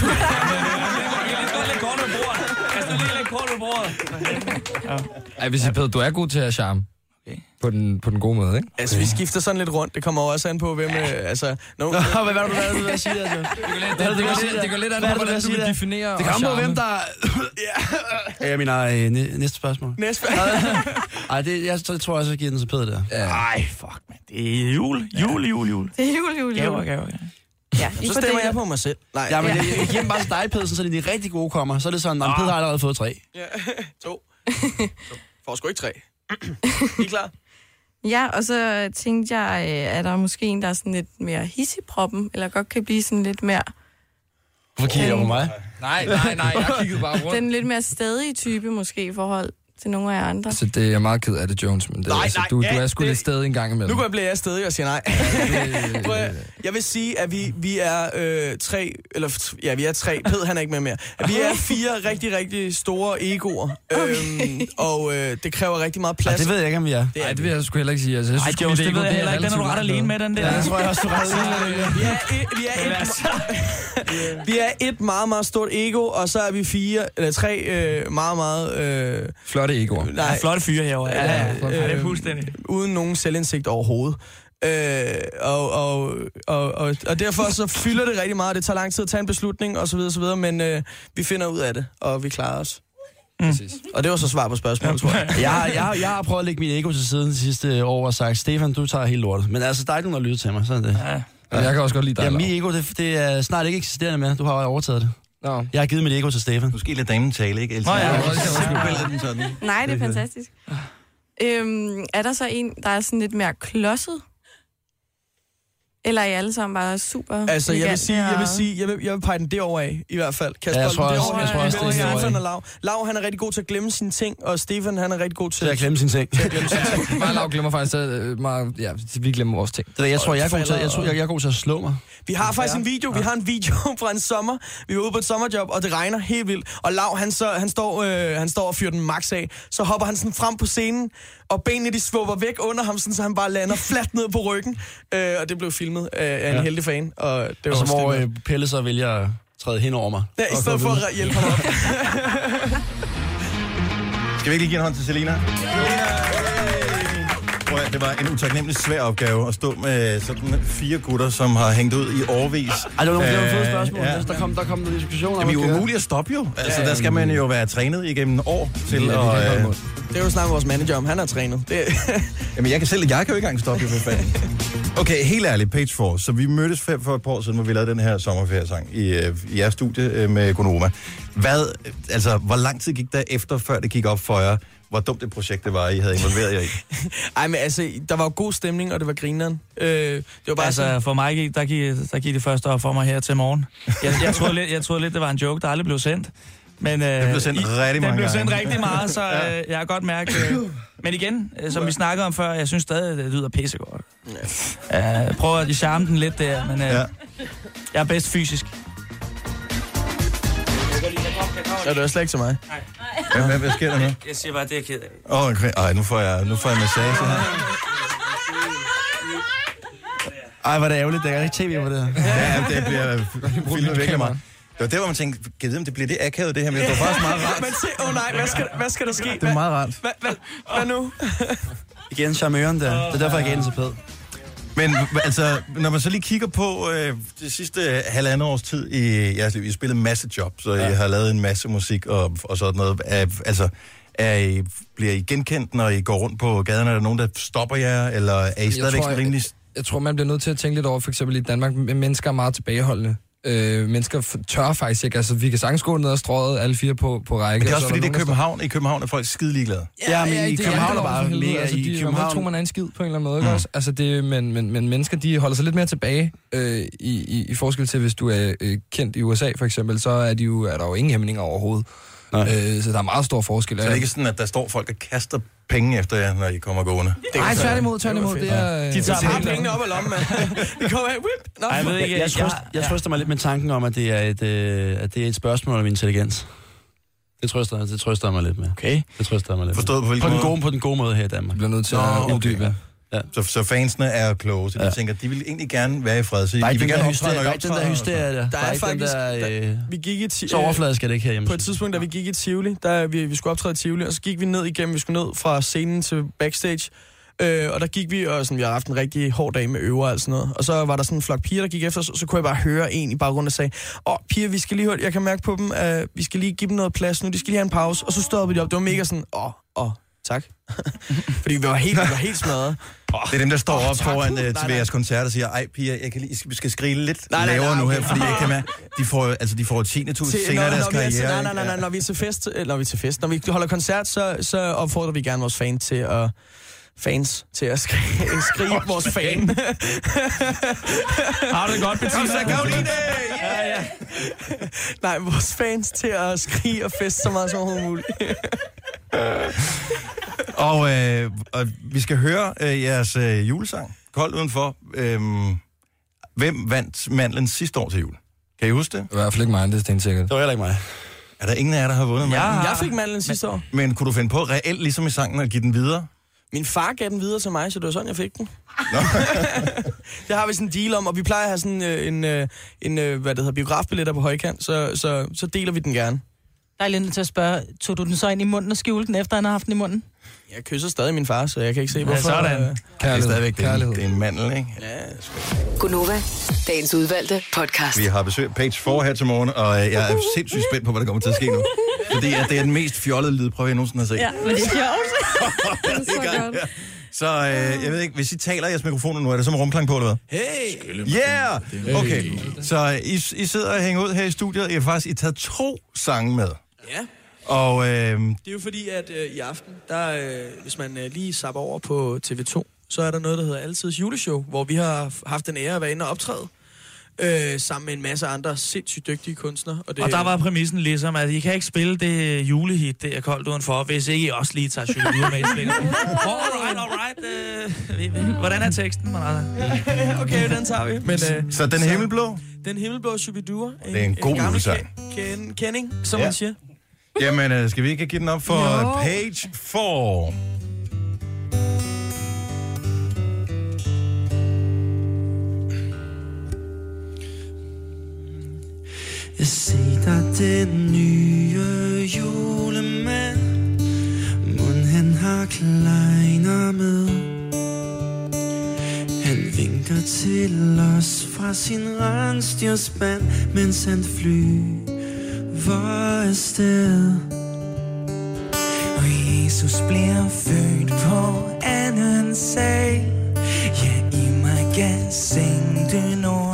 S15: Ej, hvis I Ped, du er god til at charme. Okay. På den, på den gode måde, ikke?
S14: Altså, vi skifter sådan lidt rundt. Det kommer også an på, hvem... Ja. Øh, altså, no,
S16: Nå, hvad var det, hvad du vil sige, altså?
S15: Det går lidt an på, hvordan du vil definere
S16: det kan
S15: og
S16: på,
S15: charme.
S16: hvem der... ja, jeg mener, øh, næ- næste spørgsmål.
S14: Næste spørgsmål.
S16: Ej, det, jeg, jeg tror også, jeg giver den til Peder der.
S17: Ej, fuck, man. Det er jul, jul, jul, jul.
S5: Det er jul, jul, jul.
S17: Gaver, gaver, ja.
S5: Ja,
S14: så stemmer jeg på mig selv.
S16: Nej, ja, men jeg, jeg giver dem bare til dig, Peder, så det er de rigtig gode kommer. Så er det sådan, at
S14: Ah.
S16: Peder har allerede fået tre.
S14: Ja, to. Får sgu ikke tre. I er klar?
S5: Ja, og så tænkte jeg, øh, er der måske en, der er sådan lidt mere hissigproppen, eller godt kan blive sådan lidt mere...
S16: Hvorfor kigger jeg på mig?
S15: Nej, nej, nej, jeg kiggede bare rundt.
S5: Den lidt mere stadige type måske i forhold til nogle af jer andre.
S15: Så det er jeg meget ked af det, Jones, men det,
S14: Nej,
S15: altså,
S14: nej,
S15: du,
S14: ja,
S15: du er sgu
S14: det-
S15: lidt stadig en gang imellem.
S14: Nu bliver jeg stadig og siger nej. Prøv at- jeg vil sige, at vi, vi er øh, tre, eller ja, vi er tre, Ped han er ikke med mere. Vi er fire rigtig, rigtig store egoer, øhm, og øh, det kræver rigtig meget plads.
S16: Ej, det ved jeg ikke, om vi er.
S14: Det er
S15: Nej, det vil jeg sgu heller ikke sige. Altså, jeg
S17: Ej,
S15: synes, sgu,
S17: Jones,
S15: mit
S17: det
S15: ego,
S17: ved jeg
S15: er
S17: heller ikke. Den er du
S15: relativt
S17: ret
S15: langt
S17: alene med,
S15: nede.
S17: den der.
S16: Ja, det tror jeg også, du er ret alene.
S14: Vi er, et, vi, er et, vi er et meget, meget stort ego, og så er vi fire, eller tre øh, meget, meget... Øh,
S15: Flotte egoer.
S17: Der er flotte fyre herovre. Ja, ja, ja. Ja, det er fuldstændig.
S14: Uden nogen selvindsigt overhovedet. Øh, og, og, og, og, og derfor så fylder det rigtig meget. Det tager lang tid at tage en beslutning, og så videre, så videre, men øh, vi finder ud af det, og vi klarer os.
S15: Mm.
S14: Og det var så svar på spørgsmålet, tror jeg.
S16: Jeg har, jeg, har, jeg har prøvet at lægge mit ego til siden de sidste år og sagt, Stefan, du tager helt lortet. Men altså, der er ikke nogen, der lytter til mig. Sådan er det.
S17: Ja.
S15: Men jeg kan også godt lide dig.
S16: Ja,
S15: Laura.
S16: mit ego, det, det er snart ikke eksisterende mere. Du har jo overtaget det.
S15: Nå.
S16: Jeg har givet mit ego til Stefan.
S1: Du skal lade damen tale, ikke? Else?
S17: Nå, ja,
S1: det
S17: det kan
S1: simpelthen sådan.
S5: Nej, det er fantastisk. Øhm, er der så en, der er sådan lidt mere klodset? Eller er I alle sammen bare super
S14: Altså, jeg vil
S5: elegante
S14: sige, jeg vil
S5: og-
S14: sige, jeg vil, jeg vil pege den derover af, i hvert fald. Kasper,
S16: Ja, jeg tror
S14: den
S16: også-
S14: derovre
S16: jeg tror
S14: af,
S16: også, det er
S14: Stefan
S16: derovre af.
S14: og Lav. Lav, han er rigtig god til at glemme sine ting, og Stefan, han er rigtig god til
S16: Til at glemme sine ting.
S14: til at glemme sine ting.
S15: Mig og Laura glemmer faktisk, at øh, meget, ja, vi glemmer vores ting.
S16: Det er, jeg tror, jeg er god til, jeg tror, jeg, jeg er god til at slå mig.
S14: Vi har faktisk en video, vi har en video fra en sommer. Vi var ude på et sommerjob, og det regner helt vildt. Og Lav, han, så, han, står, øh, han står og fyrer den max af. Så hopper han sådan frem på scenen, og benene de svupper væk under ham, sådan, så han bare lander fladt ned på ryggen. Øh, og det blev filmet af, af en
S16: Ja.
S14: heldig fan. Og det var
S16: Og så
S14: også
S16: hvor
S14: det,
S16: øh, Pelle så vælger at træde hen over mig.
S14: ja, i
S16: Og
S14: stedet
S16: gå
S14: for
S16: videre.
S14: at hjælpe ham op.
S1: Skal vi ikke lige give en hånd til Selina? Prøv at, det var en utaknemmelig svær opgave at stå med sådan fire gutter, som har hængt ud i årevis.
S16: Ej, det var nogle, det var fede spørgsmål.
S1: Ja.
S16: Ja. Der kom der kom der diskussioner.
S1: Jamen, det er
S16: om
S1: jo
S16: at
S1: umuligt at stoppe jo. Altså,
S16: Ja,
S1: der skal man jo være trænet igennem år til
S16: Ja, det kan
S1: at...
S16: jeg godt
S1: Øh,
S16: imod.
S14: Det er jo snart vores manager om, han er trænet. Det,
S1: jamen, jeg kan selv, jeg kan jo ikke engang stoppe, jo, for fanden. Okay, helt ærligt, Page Force. Så vi mødtes for, for et par år siden, hvor vi lavede den her sommerferiesang i, øh, i jeres studie øh, med Gonova. Hvad, altså, hvor lang tid gik der efter, før det gik op for jer, hvor dumt det projekt det var, I havde involveret jer i?
S14: ej, men altså, der var jo god stemning, og det var grineren. Øh, det var bare
S17: Altså,
S14: sådan,
S17: for mig gik, der, gik, der gik det første op for mig her til morgen. Jeg, jeg, troede lidt, jeg troede lidt, det var en joke, der aldrig blev sendt. Men, øh,
S1: det blev sendt
S17: i,
S1: rigtig mange gange.
S17: Den blev sendt rigtig meget, så øh, jeg har godt mærket... Øh, men igen, øh, som vi snakkede om før, jeg synes stadig, det lyder pissegodt. Ja. Øh, prøv at charme den lidt der, men øh, ja. jeg er bedst fysisk.
S14: Ja, det er slet ikke til mig.
S1: Nej. Hvad, hvad sker der nu?
S17: Jeg siger bare, det er ked af.
S1: Åh, oh, okay. Ej, nu får jeg, nu får jeg massage her.
S16: Ej, hvor er det ærgerligt, der er ikke tv på det her.
S1: Ja, det bliver filmet virkelig meget. Det var der, hvor man tænkte, kan jeg vide, om det bliver det akavet, det her, men det var faktisk meget rart.
S14: Men se, åh oh nej, hvad skal, hvad skal der ske?
S16: Det er meget rart.
S14: Hvad, hvad, hvad nu?
S16: Igen, charmøren der. Det er derfor, jeg gav den så pæd.
S1: Men altså, når man så lige kigger på øh, det sidste halvandet års tid i jeres liv, I har spillet en masse jobs, og ja. I har lavet en masse musik og, og sådan noget. Er, altså, er I, bliver I genkendt, når I går rundt på gaderne? Er der nogen, der stopper jer, eller er I stadigvæk rimelig...
S15: Jeg tror, man bliver nødt til at tænke lidt over, for eksempel i Danmark, mennesker er meget tilbageholdende. Øh, mennesker tør faktisk ikke. Altså, vi kan sagtens gå ned og strøget alle fire på, på række.
S1: Men det er også
S15: fordi,
S1: det er København. I København er folk skide ligeglade.
S16: Ja, men i København er bare mega...
S15: Altså, de, i København... Man tror, man er en skid på en eller anden måde, ikke mm. også? Altså, det, men, men, men mennesker, de holder sig lidt mere tilbage øh, i, i, i forskel til, hvis du er øh, kendt i U S A, for eksempel, så er, de jo, er der jo ingen hæmninger overhovedet. Øh, så der er meget stor forskel.
S1: Så det er ikke sådan, at der står folk og kaster penge efter jer, når I kommer gående?
S15: Nej, tværtimod, tværtimod. Det er,
S14: de tager bare pengene op af lommen, mand. De kommer af, whip! Nå,
S16: Ej, jeg, ved ikke, jeg, jeg, trøst, jeg trøster mig lidt med tanken om, at det er et, øh, at det er et spørgsmål om intelligens. Det trøster, det trøster mig lidt med.
S17: Okay.
S16: Det trøster mig lidt
S1: Forstået på hvilken
S16: på
S1: måde?
S16: Den gode, på den gode måde her i Danmark.
S15: Du bliver nødt til
S1: Nå,
S15: at uddybe.
S1: Okay. Ja. Så, så fansene er kloge, så de ja. tænker, de vil egentlig gerne være i fred. Så
S16: der er
S1: de
S16: ikke
S1: vil
S16: den
S1: gerne
S16: der hysterie, der er ikke den der hysterie der.
S14: Der er,
S16: der er
S14: faktisk,
S16: der, øh,
S14: vi gik i ti-
S16: så overfladisk er det ikke herhjemme.
S14: På et tidspunkt, da vi gik i Tivoli, der vi, vi skulle optræde i Tivoli, og så gik vi ned igennem, vi skulle ned fra scenen til backstage, øh, og der gik vi, og sådan, vi har haft en rigtig hård dag med øver og alt sådan noget, og så var der sådan en flok piger, der gik efter, så, så kunne jeg bare høre en i baggrunden og sagde, åh, piger, vi skal lige høre, jeg kan mærke på dem, at vi skal lige give dem noget plads nu, de skal lige have en pause, og så stoppede de op, det var mega sådan, åh, åh, tak. Fordi vi var helt, vi var helt smadret.
S1: Oh, det er dem, der står oh, op foran uh, til nej, jeres koncert og siger, ej piger, jeg kan lige, vi skal skrige lidt nej, lavere nej, nej, okay. nu her, fordi jeg kan mærke, de får, altså, de får ti tusind senere i deres karriere.
S14: Nej, nej, nej, nej, når vi er til fest, når vi er til fest, når vi holder koncert, så, så opfordrer vi gerne vores fans til at fans til at skrige, skrige vores fan.
S17: Har du det godt, Bettina?
S1: Kom så, Karoline!
S17: Ja, ja.
S14: Nej, vores fans til at skrige og feste så meget som overhovedet muligt.
S1: og, øh, og vi skal høre øh, jeres øh, julesang, Kold Udenfor. Øhm, hvem vandt mandlen sidste år til jul? Kan I huske det?
S15: Det var i hvert fald ikke mig, det er stensikkert.
S16: Det var heller ikke mig.
S1: Er der ingen af jer, der har vundet mandlen?
S14: Ja, jeg fik mandlen sidste år.
S1: Men kunne du finde på reelt, ligesom i sangen, at give den videre?
S14: Min far gav den videre til mig, så det var sådan, jeg fik den. Det har vi sådan en deal om, og vi plejer at have sådan øh, en, øh, en øh, hvad det hedder, biografbilletter på højkant, så, så, så deler vi den gerne.
S4: Der er lidt til at spørge, tog du den så ind i munden og skjulte den, efter han har haft den i munden?
S14: Jeg kysser stadig min far, så jeg kan ikke se, hvorfor.
S17: Ja, sådan.
S14: Øh...
S1: Det er stadigvæk det er, en, det er en mandel, ikke?
S14: Ja,
S8: Gunova, dagens udvalgte podcast.
S1: Vi har besøg af Page fire her til morgen, og jeg er sindssygt spændt på, hvad der kommer til at ske nu. Fordi at det er den mest fjollede lydprøve, jeg nogensinde har set.
S4: Ja, men det er sjovt.
S2: Det er så godt.
S1: Så øh, jeg ved ikke, hvis I taler i jeres mikrofoner nu, er der så med rumklang på, eller hvad?
S14: Hey!
S1: Yeah! Okay, så I, I sidder og hænger ud her i studiet. I har faktisk I taget to sange med.
S14: Ja.
S1: Og øh,
S14: det er jo fordi, at øh, i aften, der, øh, hvis man øh, lige zapper over på T V to, så er der noget, der hedder Altidets juleshow, hvor vi har haft den ære at være inde og optræde. Øh, sammen med en masse andre sindssygt dygtige kunstnere. Og, det,
S17: og der var præmissen ligesom, at I kan ikke spille det julehit, det er koldt udenfor, hvis ikke I også lige tager Shubidua med i spillet. Alright, alright. Øh, hvordan er teksten?
S14: Okay, den tager vi. Men, øh,
S1: så den himmelblå?
S14: Den himmelblå Shubidua.
S1: Det er en god julesang.
S14: Ken, kending, som
S1: ja.
S14: man siger.
S1: Jamen, øh, skal vi ikke give den op for jo. Page fire?
S13: Jeg ser dig, den nye julemand. Mund han har kleiner med. Han vinker til os fra sin rensdyrspand, mens han flyver afsted. Og Jesus bliver født på anden sal. Ja, i magasin nord.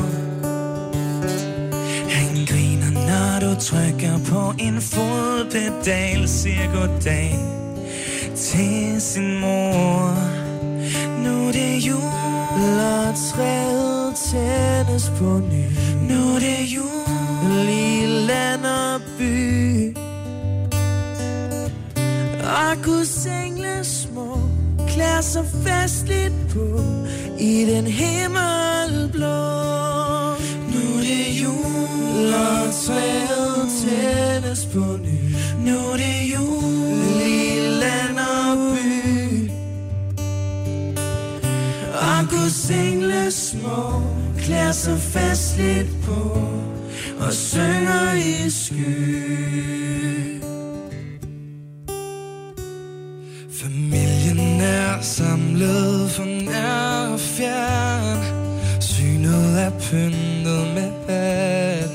S13: Han griner, når du trykker på en fodpedal, siger goddag til sin mor. Nu det er jul, og træet tændes på ny. Nu det er jul, i land og by. Og kunne single små klæder sig festligt på i den himmelblå. Nu er det jul, og træet tændes på ny. Nu er det jul i land og by. Og kunne single små klæder sig festligt på og synger i sky. Familien er samlet for nær og fjern. Synet er pyntet med hat.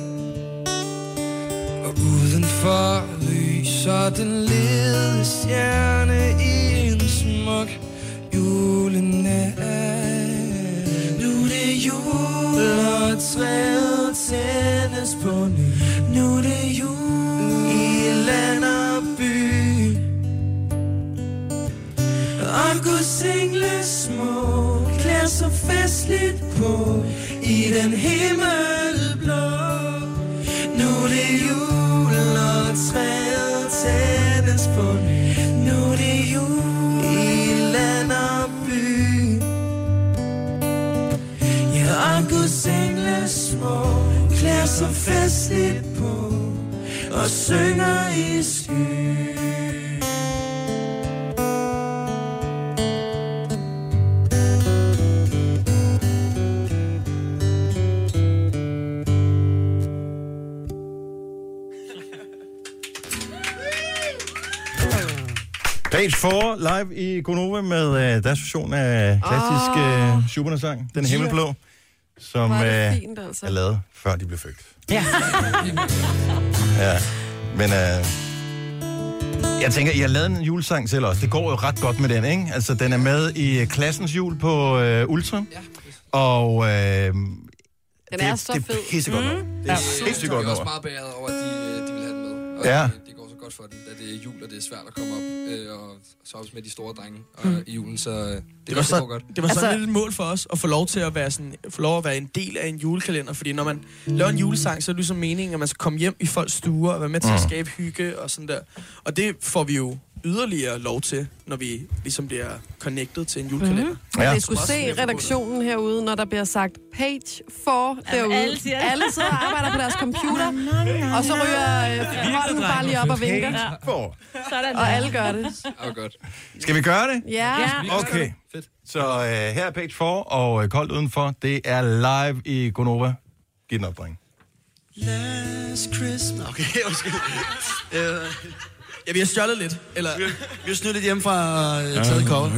S13: Og udenfor lyser den lille stjerne i en smuk julenat. Nu er det jul, og træet tændes på ny. Nu er det jul i land og by. Og kunne single små klæder sig festligt på i den himmelblå. Nu er det jul, og træet tændes på ny. Nu er det jul i land og by. Ja, og kunne single små klæder sig festligt på og synger i sky.
S1: Page fire live i Gonova med uh, deres version af klassisk
S2: Åh.
S1: uh, Schubert-sang, Den Himmelblå, som uh,
S2: fint, altså.
S1: er lavet før de blev født.
S3: Ja.
S1: Ja, men uh, jeg tænker, I har lavet en julesang til os. Det går jo ret godt med den, ikke? Altså, den er med i klassens jul på uh, Ultra, og uh, den
S2: Den er så
S1: det,
S2: fed.
S1: det er pissegodt mm. Det er sindssygt godt
S15: Jeg er også
S1: nummer.
S15: meget beæret over, at de, de vil have den med. Og
S1: Ja.
S15: det, det går så godt for den, da det er jul, og det er svært at komme op. Øh, og så også med de store drenge og, mm. i julen, så det,
S14: Det var,
S15: så,
S14: så,
S15: godt.
S14: det var sådan
S2: Altså-
S14: lidt et mål for os, at få lov til at være, sådan, få lov at være en del af en julekalender, fordi når man laver en julesang, så er det ligesom meningen, at man skal komme hjem i folks stuer og være med til at
S1: Mm.
S14: skabe hygge og sådan der. Og det får vi jo yderligere lov til, når vi ligesom bliver connected til en julekalender.
S2: Mm-hmm.
S1: Ja.
S2: Jeg skulle se redaktionen herude, når der bliver sagt page fire derude.
S3: alle siger det.
S2: Alle sidder og arbejder på deres computer, og så ryger øh, hånden bare lige op og vinker.
S1: Page four.
S3: Sådan
S2: Og alle gør det.
S15: Ja, godt.
S1: Skal vi gøre det?
S2: Ja.
S3: Ja.
S1: Okay. Så uh, her er Page fire, og uh, Koldt Udenfor, det er live i Gonova. Giv den op, dreng.
S13: Last Christmas.
S16: Okay, undskyld. Øh,
S14: Ja, vi har stjålet lidt. Eller...
S16: vi har snydt lidt hjemme fra uh, taget cover.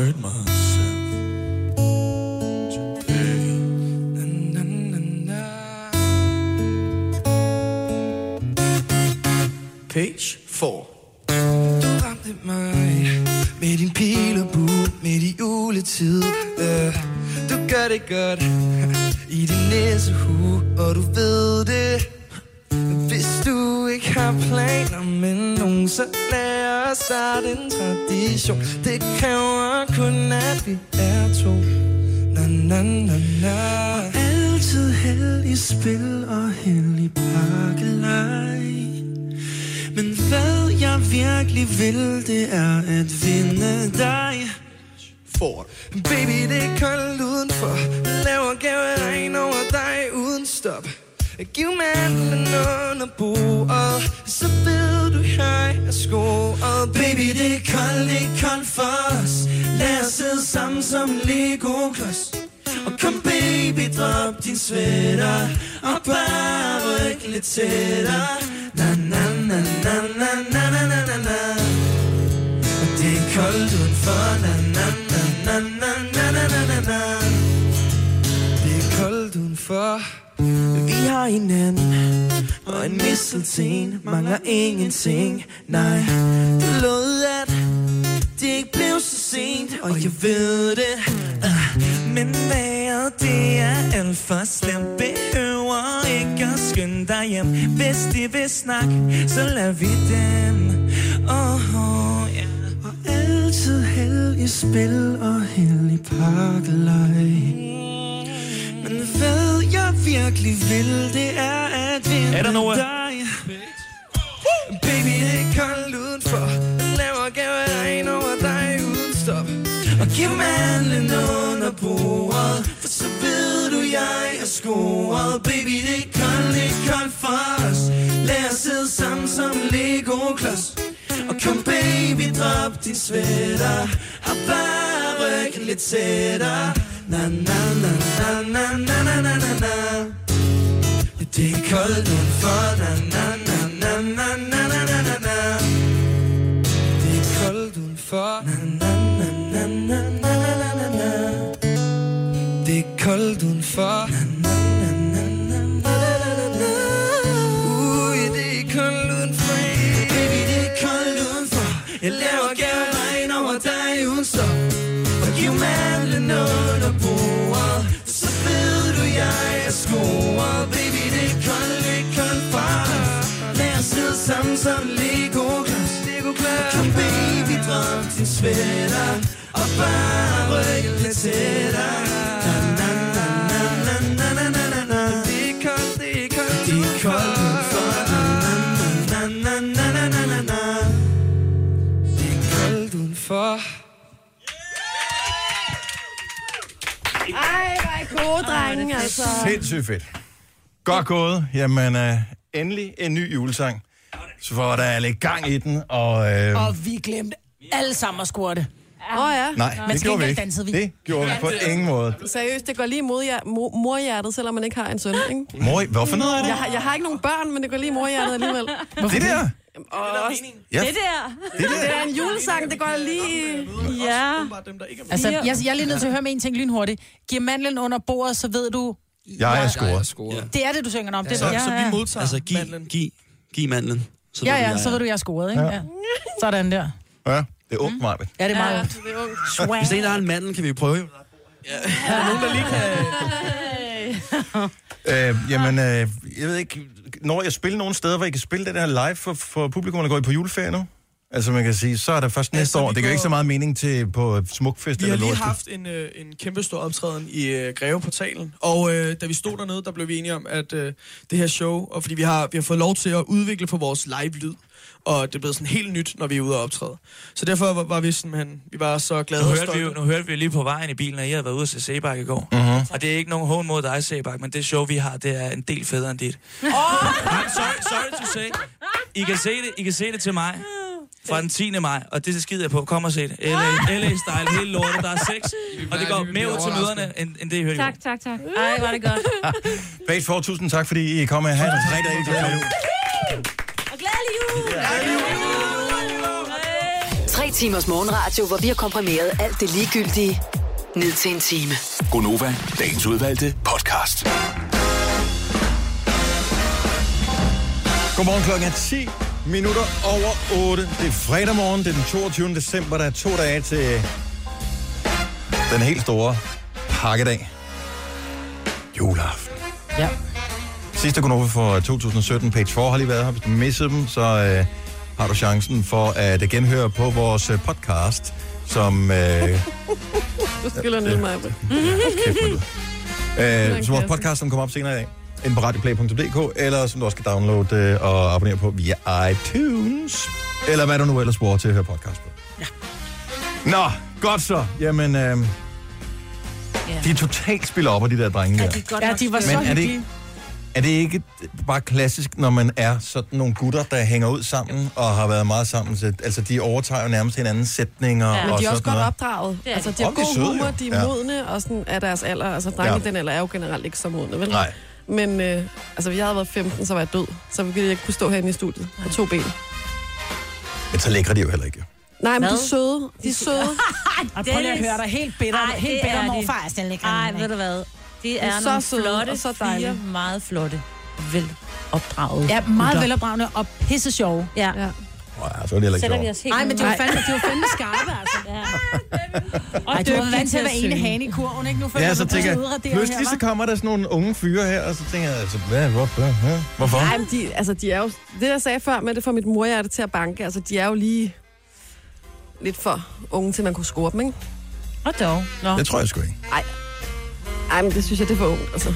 S14: Page fire.
S13: Du ramte mig med din pil og bue midt i juletid. Uh, du gør det godt i din næsehue, og du ved det. Hvis du ikke har planer med nogen, så lad os starte en tradition. Det kræver kun, at vi er to. Na, na, na, na. Og altid held i spil og held i pakkelej. Men hvad jeg virkelig vil, det er at vinde dig.
S14: For.
S13: Baby, det er koldt udenfor. Laver gaveregn over dig uden stop. Giv mandlen under bordet, så ved du, jeg er skoet. Baby, det er koldt, det er koldt for os. Lad os sidde sammen som en Lego-klods. Og kom baby, drop din sweater og bare ryk lidt tættere. Na na na na na na na na na na. Og det er koldt udenfor. Na na na na na na na na na. Det er koldt udenfor. Vi har hinanden og en mistelten mangler ingenting. Nej, det lød at det ikke blev så sent, og jeg ved det. uh, Men vejret, det er alt for slemt. Behøver ikke at skynde dig hjem. Hvis de vil snakke, så lad vi dem. Oh, oh, yeah. Og altid held i spil og held i pakkelej. Men hvad jeg virkelig vil, det er at vinde
S17: Er der noget?
S13: dig. Baby, det er koldt udenfor. Laver gaveregn giv mandlen under bordet, for så ved du, jeg er scoret. Baby, det er koldt, det er koldt for os. Lad os sidde sammen som Lego-klods. Og kom baby, drop din sweater, og bare ryggen lidt tættere. Na na na na na na na na na na. Det er koldt udenfor. Na na na na na na na na na na. Det er koldt udenfor. Na na na na na na na na na. Det er koldt udenfor. Na na na na na na na na. Ui, det er koldt udenfor. Baby, det er koldt udenfor. Jeg laver gerne regn over dig uden stop. Og giv mandlen under bordet, så ved du, jeg er scoret. Baby, det er koldt, det er koldt for os. Lad os sidde sammen som Lego-klods. Kom baby, drop din sweater, og bare ryggen lidt tættere. Na na na na na na na na na. Det er koldt, det er koldt, det er koldt udenfor. Na na na na na na na na. Det er koldt udenfor.
S2: Ej, hvor er gode drenge, altså.
S1: Sindssygt fedt. Godt gået. Jamen, uh, endelig en ny julesang. Så får der lidt gang i den, og... Øh...
S4: Og vi glemte alle sammen at score det.
S2: Åh oh, ja.
S1: Nej,
S4: Men
S1: det gjorde vi ikke.
S4: vi.
S1: Det gjorde vi på ingen måde.
S2: Seriøst, det går lige mod jer, mor, morhjertet, selvom man ikke har en søn, ikke?
S1: Mor, hvorfor noget er det?
S2: Jeg har, jeg har ikke nogen børn, men det går lige morhjertet alligevel.
S1: Hvorfor det der?
S2: Og
S1: Ja.
S3: Det der.
S1: Det der.
S2: Det er en julesang, det går lige...
S3: Ja.
S4: Altså, jeg, jeg er lige nødt til at høre med en ting lynhurtigt. Giv mandlen under bordet, så ved du...
S1: Jeg er scoret.
S16: Ja.
S4: Det er det, du synger om. Det
S16: Så,
S4: er,
S16: så
S4: ja,
S16: vi modtager altså, giv, giv, giv mandlen. Så
S4: ja,
S16: ved du,
S4: ja,
S16: jeg
S4: så
S16: er-
S4: ved du, jeg er scoret, ikke?
S1: Ja.
S4: Ja. Sådan der.
S1: Ja, det er ungt, Marvind.
S4: Ja, det er meget
S2: Ja,
S4: ondt.
S2: det er ungt.
S4: Swag.
S16: Hvis en der har en mandel, kan vi jo prøve. Ja.
S14: Er der nogen, der lige kan...
S1: Øh, jamen, øh, jeg ved ikke, når jeg spiller nogle steder, hvor jeg kan spille det der live for, for publikum, der går I på juleferie nu? Altså man kan sige, så er der først næste
S14: så
S1: år.
S14: vi
S1: Det gør
S14: går-
S1: ikke så meget mening til på Smukfest
S14: Vi har
S1: eller
S14: lige
S1: Lortefest.
S14: haft en, øh, en kæmpe stor optræden i øh, Greveportalen, og øh, da vi stod dernede, der blev vi enige om, at øh, det her show, og fordi vi har, vi har fået lov til at udvikle på vores live-lyd, og det er blevet sådan helt nyt, når vi er ude og optræde. Så derfor var, var vi simpelthen, vi var så glade
S17: Nu
S14: og
S17: hørte, vi
S14: stolte.
S17: jo, nu hørte vi jo lige på vejen i bilen, at I havde været ude at se Sebak i går.
S1: Mhm.
S17: Og det er ikke nogen hån mod dig, Sebak, men det show, vi har, det er en del federe end dit. Oh! Nej, sorry, sorry to say. I kan se det, I kan se det til mig. Fra den tiende maj, og det skider jeg på. Kom og se det. L A, L A-style, hele lortet. Der er sex, og det går mere ud til møderne, end, end det, I hørte i
S3: Tak, tak, tak. Ej, var det godt.
S1: Page for, tusind tak, fordi I kom med. Ha' en rigtig, rigtig glad jul.
S3: Og glædelig jul!
S8: Tre timers morgenradio, hvor vi har komprimeret alt det ligegyldige ned til en time.
S6: Gonova, dagens udvalgte podcast.
S1: Godmorgen, klokken er ti minutter over otte. Det er fredag morgen, det er den toogtyvende december. Der er to dage til den helt store pakkedag. Juleaften.
S4: Ja.
S1: Sidste Gonova for to tusind sytten, Page fire har lige været her. Hvis du missede dem, så øh, har du chancen for at genhøre på vores øh, podcast, som... Øh,
S2: Du skylder ned mig.
S1: øh, som vores podcast, som kommer op senere i dag. Inde på radioplay punktum d k, eller som du også kan downloade øh, og abonnere på via iTunes. Eller hvad du nu ellers bruger til at høre podcast på.
S4: Ja.
S1: Nå, godt så. Jamen, øh, de er totalt spiller op af de der drenge der.
S4: Ja, de var så
S1: Men er det,
S4: hyggelige.
S1: ikke, er det ikke bare klassisk, når man er sådan nogle gutter, der hænger ud sammen og har været meget sammen? Så, altså, de overtager jo nærmest hinandens sætninger.
S2: Ja, men
S1: og
S2: de er også
S1: sådan
S2: godt
S1: noget.
S2: opdraget.
S3: Det er
S2: Altså, de har
S1: Om de er
S2: god
S1: søde,
S2: humor,
S1: jo.
S2: de er
S1: Ja.
S2: modne, og sådan er deres alder. Altså, drenge
S1: Ja.
S2: i den alder er jo generelt ikke så modne, vel?
S1: Nej.
S2: Men øh, altså, hvis jeg havde været femten, så var jeg død. Så ville jeg ikke kunne stå herinde i studiet på to ben.
S1: Men så lægger de jo heller ikke.
S2: Nej, men de
S3: Hvad?
S2: er søde. De er søde.
S4: Og prøv lige at høre dig helt bitter.
S3: Ej,
S4: Helt
S3: det
S4: bitter
S3: er de.
S4: morfar er Stanley
S3: Ej, ved du hvad? Det er,
S2: er så
S3: nogle
S2: søde
S3: flotte,
S2: og så
S3: fire
S2: dejlige.
S3: meget flotte, velopdragede
S4: Ja, meget
S3: gutter.
S4: velopdragende og pisse sjove.
S3: Ja.
S2: Ja.
S1: Ja, så er det heller ikke
S3: Sætter vi
S1: sjovt.
S3: os helt
S4: Nej, men de
S3: ned.
S4: var fandme, de var fandme skarpe, altså.
S3: Ja.
S4: Ej, du var
S3: dygtige
S4: vant til at være
S3: synge.
S4: ene hane i kurven, ikke? Nu føler
S1: Ja,
S4: jeg
S1: så
S4: mig
S1: tænker
S4: pludselig
S1: jeg,
S4: udraderet
S1: pludselig så
S4: her, hva'?
S1: kommer der sådan nogle unge fyre her, og så tænker jeg, altså, hvad, hvorfor? Ja, hvorfor?
S2: Nej, men de, altså, de er jo... Det, jeg sagde før med det får mit morhjerte til at banke, altså, de er jo lige lidt for unge, til man kunne score dem, ikke?
S3: Og dog. Nå.
S1: Det tror jeg sgu ikke.
S2: Ej. Ej, men det synes jeg, det er for ungt, altså.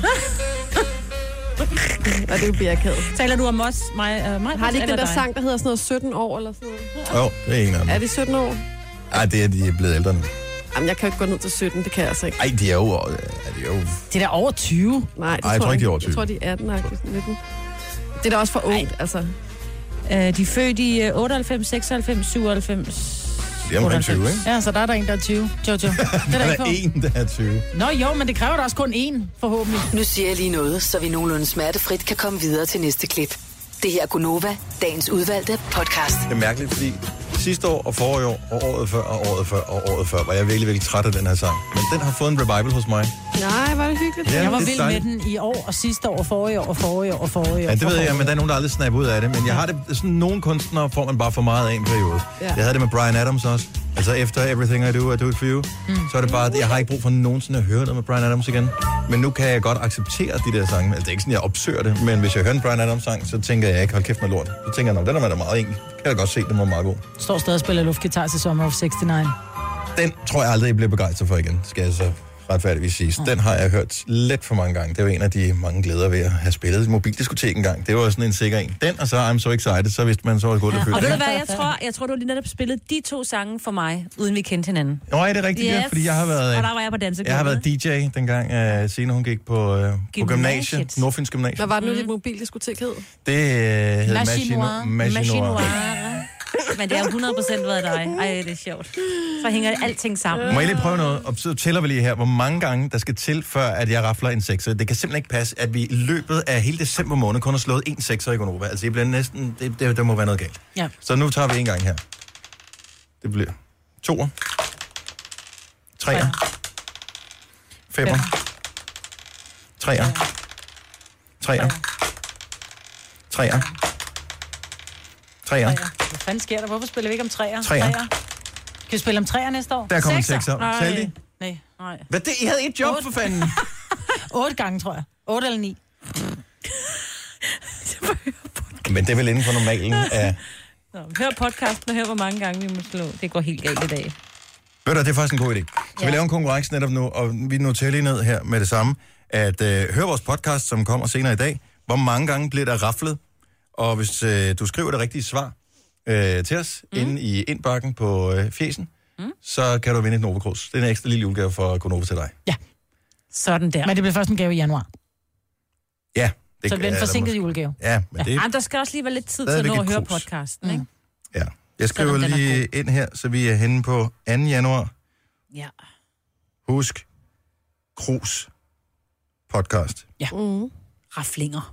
S2: Og det er jo bjergkædet.
S3: Taler du om os, mig, uh, mig
S2: Har de ikke den
S3: eller
S2: der
S3: dig?
S2: sang, der hedder sådan noget sytten år, eller sådan noget?
S1: Jo, det er en af dem.
S2: Er de sytten år?
S1: Ej, det er de er blevet ældre nu.
S2: Jamen, jeg kan ikke gå ned til sytten, det kan jeg altså ikke.
S1: Ej, de er jo... Er de er jo...
S4: Det er da over tyve.
S2: Nej, det
S1: Ej, jeg tror ikke, de er over
S2: Jeg tror, de er atten, nitten. Det er da også for ungt, altså.
S3: Øh, de er født i øh, otteoghalvfems, seksoghalvfems, syvoghalvfems...
S1: Det er omkring tyve, ikke?
S4: Ja, så der er der en, der er tyve, Jojo. Det er
S1: der
S4: der
S1: er
S4: ikke på.
S1: en, der er tyve.
S4: Nå jo, men det kræver da også kun én, forhåbentlig.
S8: Nu siger jeg lige noget, så vi nogenlunde smertefrit kan komme videre til næste klip. Det her er Gunova, dagens udvalgte podcast.
S1: Det er mærkeligt, fordi sidste år og forrige år og året før og året før og året før var jeg virkelig, virkelig træt af den her sang. Men den har fået en revival hos mig.
S2: Nej, var det hyggeligt.
S1: Ja,
S4: Jeg var
S1: det er
S4: vild med
S1: dejligt.
S4: den i år og sidste år og forrige år og forrige år og forrige år.
S1: Ja, det ved
S4: forrige
S1: jeg,
S4: år.
S1: men der er nogen, der aldrig snapper ud af det. Men jeg har det sådan, nogle kunstnere får man bare for meget af en periode.
S2: Ja.
S1: Jeg havde det med Bryan Adams også. Altså efter Everything I Do, I Do It For You, mm. så er det bare, jeg har ikke brug for nogensinde at høre noget med Bryan Adams igen. Men nu kan jeg godt acceptere de der sange. Altså det er ikke sådan, jeg opsøger det, men hvis jeg hører en Bryan Adams sang, så tænker jeg ikke, hold kæft med lort. Så tænker jeg, den er da meget enkelt. Kan jeg godt se, den var meget god.
S4: Står stadig og spiller luftgitar til Summer of seksogtres.
S1: Den tror jeg aldrig, jeg bliver begejstret for igen, skal jeg så retfærdigvis sige. Den har jeg hørt lidt for mange gange. Det var en af de mange glæder ved at have spillet i mobildiskotek en gang. Det var sådan en sikker en. Den, og så I'm So Excited, så vidste man så var godt at
S3: Ja,
S1: føle.
S3: og ved du hvad, jeg tror, jeg tror, du lige netop spillede de to sange for mig, uden vi kendte hinanden.
S1: Nå, er det rigtigt, yes. Ja, fordi jeg har været...
S3: Og der var jeg på dansegulvet.
S1: Jeg har været D J dengang, uh, senere hun gik på, uh, på gymnasiet. Nordfyns Gymnasium.
S2: Hvad var det nu, dit mobildiskotek hed?
S1: Det uh, hed
S3: Machinoir.
S1: Machinoir.
S3: Men det har hundrede procent været dig. Ej, det er sjovt. Så hænger alting sammen.
S1: Må jeg lige prøve noget? Og så tæller vi lige her, hvor mange gange der skal til, før at jeg rafler en sekser. Det kan simpelthen ikke passe, at vi i løbet af hele december måned kun har slået en sekser i Gonova. Altså, det bliver næsten... Det, det, det må være noget galt.
S4: Ja.
S1: Så nu tager vi en gang her. Det bliver toer. Treer. Femmer. Treer. Treer. Treer. Treer.
S4: Hvad fanden sker der? Hvorfor spiller vi ikke om træer?
S1: Treer.
S4: Kan vi spille om træer næste år?
S1: Der kommer en sekser. Sældig.
S4: Nej, nej.
S1: Hvad det? I havde et job for fanden.
S4: Otte gange, tror jeg. Otte eller ni.
S1: Men det er vel inden for normalen af...
S3: Nå, hør podcasten og hør, hvor mange gange vi må slå. Det går helt galt i dag.
S1: Ved du, det er faktisk en god idé. Så
S3: Ja.
S1: vi laver en konkurrence netop nu, og vi noterer lige ned her med det samme, at øh, hør vores podcast, som kommer senere i dag. Hvor mange gange bliver der raflet? Og hvis øh, du skriver det rigtige svar øh, til os mm. inde i indbakken på øh, fjesen, mm. så kan du vinde et Nova Cruz. Det er en ekstra lille julegave for Gonova til dig.
S4: Ja.
S3: Sådan der.
S4: Men det bliver først en gave i januar.
S1: Ja.
S4: Det så det bliver en
S1: er der
S4: forsinket
S1: måske.
S4: julegave.
S1: Ja, men det...
S3: Jamen, der skal også lige være lidt tid til at
S1: Stadigvæk
S3: nå at
S1: et
S3: høre
S1: krus.
S3: podcasten, ikke?
S1: Ja. Jeg skriver
S3: Selvom den er
S1: lige ind her, så vi er henne på anden januar.
S3: Ja.
S1: Husk, Cruz podcast.
S4: Ja.
S3: Mm. Raflinger.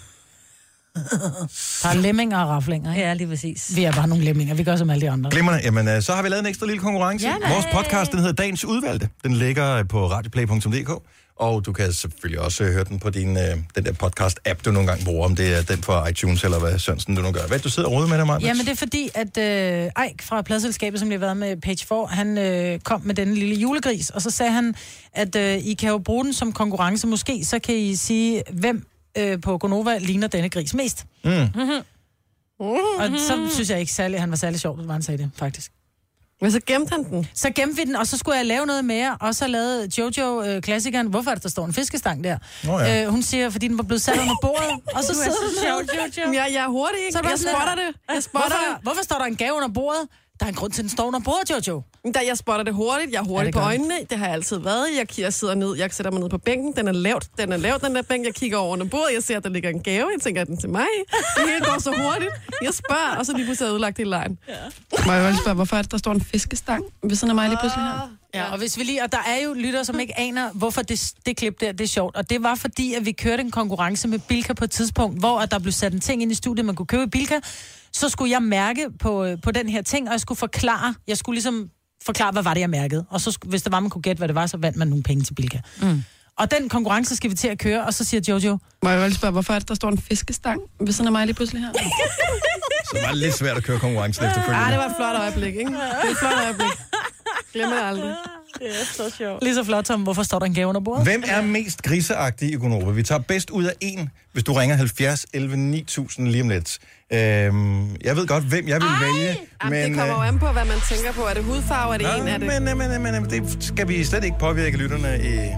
S4: Der er lemminger og raflinger, ikke?
S3: Ja, lige præcis.
S4: Vi er bare nogle lemminger. Vi gør som alle de andre.
S1: Glimrende. Jamen, øh, så har vi lavet en ekstra lille konkurrence.
S4: Ja, nej.
S1: Vores podcast, den hedder Dagens Udvalgte. Den ligger på radioplay punktum d k, og du kan selvfølgelig også høre den på din, øh, den der podcast-app, du nogle gange bruger, om det er den fra iTunes, eller hvad Sørensen du nu gør. Hvad du sidder og råder med dig, Maja?
S4: Jamen, det er fordi, at øh, Eik fra pladselskabet, som vi har været med Page fire, han øh, kom med denne lille julegris, og så sagde han, at øh, I kan jo bruge den som konkurrence. Måske så kan I sige, hvem øh, på Gonova ligner denne gris mest.
S1: Mm.
S4: Mm-hmm. Og så synes jeg ikke særlig, at han var særlig sjov, når han sagde det, faktisk.
S2: Men så gemte han den?
S4: Så gemte vi den, og så skulle jeg lave noget mere, og så lavede Jojo øh, klassikeren, hvorfor er det, der står en fiskestang der?
S1: Oh, ja.
S4: øh, hun siger, fordi den var blevet sat under bordet, og så
S2: Du er
S4: sidder
S2: så
S4: den
S2: sjov,
S4: der.
S2: Jojo. Jeg, jeg er hurtig, ikke?
S4: Så er du
S2: Jeg
S4: sådan
S2: spotter
S4: der.
S2: det. Jeg spotter
S4: hvorfor,
S2: det.
S4: hvorfor står der en gave under bordet? Der er en grund til, at den står under bordet, Jojo.
S2: Da jeg spotter det hurtigt. Jeg er hurtig
S4: Ja,
S2: ja,
S4: det
S2: på
S4: gør
S2: øjnene. Det har jeg altid været. Jeg, jeg sidder ned, jeg sætter mig ned på bænken. Den er lavt, den er lavt, den der bænk. Jeg kigger over under bordet. Jeg ser, at der ligger en gave. Jeg tænker, er den til mig? Det hele går så hurtigt. Jeg spørger, og så lige pludselig er jeg udlagt i lejen. Ja. Må jeg også spørge, hvorfor er det, der står en fiskestang ved sådan af mig lige pludselig her?
S4: Ja, og hvis vi lige, og der er jo lyttere, som ikke aner, hvorfor det, det klip der, det er sjovt. Og det var fordi, at vi kørte en konkurrence med Bilka på et tidspunkt, hvor at der blev sat en ting ind i studiet, man kunne købe i Bilka. Så skulle jeg mærke på, på den her ting, og jeg skulle forklare, jeg skulle ligesom forklare, hvad var det, jeg mærkede. Og så, hvis det var, man kunne gætte, hvad det var, så vandt man nogle penge til Bilka. Mm. Og den konkurrence skal vi til at køre, og så siger Jojo...
S2: Må jeg vel spørge, hvorfor er det, der står en fiskestang ved sådan af mig lige pludselig her?
S1: Så var det lidt svært at køre konkurrencen efterfølgende.
S2: Ah, det var et flot øjeblik, ikke? Det er et flot øjeblik. Glemmer det aldrig.
S3: Det er så sjovt.
S4: Lige så flot, Tom. Hvorfor står der en gave under bordet?
S1: Hvem er mest griseagtig i Gonova? Vi tager bedst ud af en, hvis du ringer halvfjerds elleve ni tusind lige om lidt. Øhm, jeg ved godt, hvem jeg vil Ej! vælge.
S2: Jamen,
S1: men,
S2: det kommer jo an på, hvad man tænker på. Er det hudfarve, er det
S1: øh,
S2: en af det?
S1: Men, men, men, men det skal vi slet ikke påvirke lytterne i...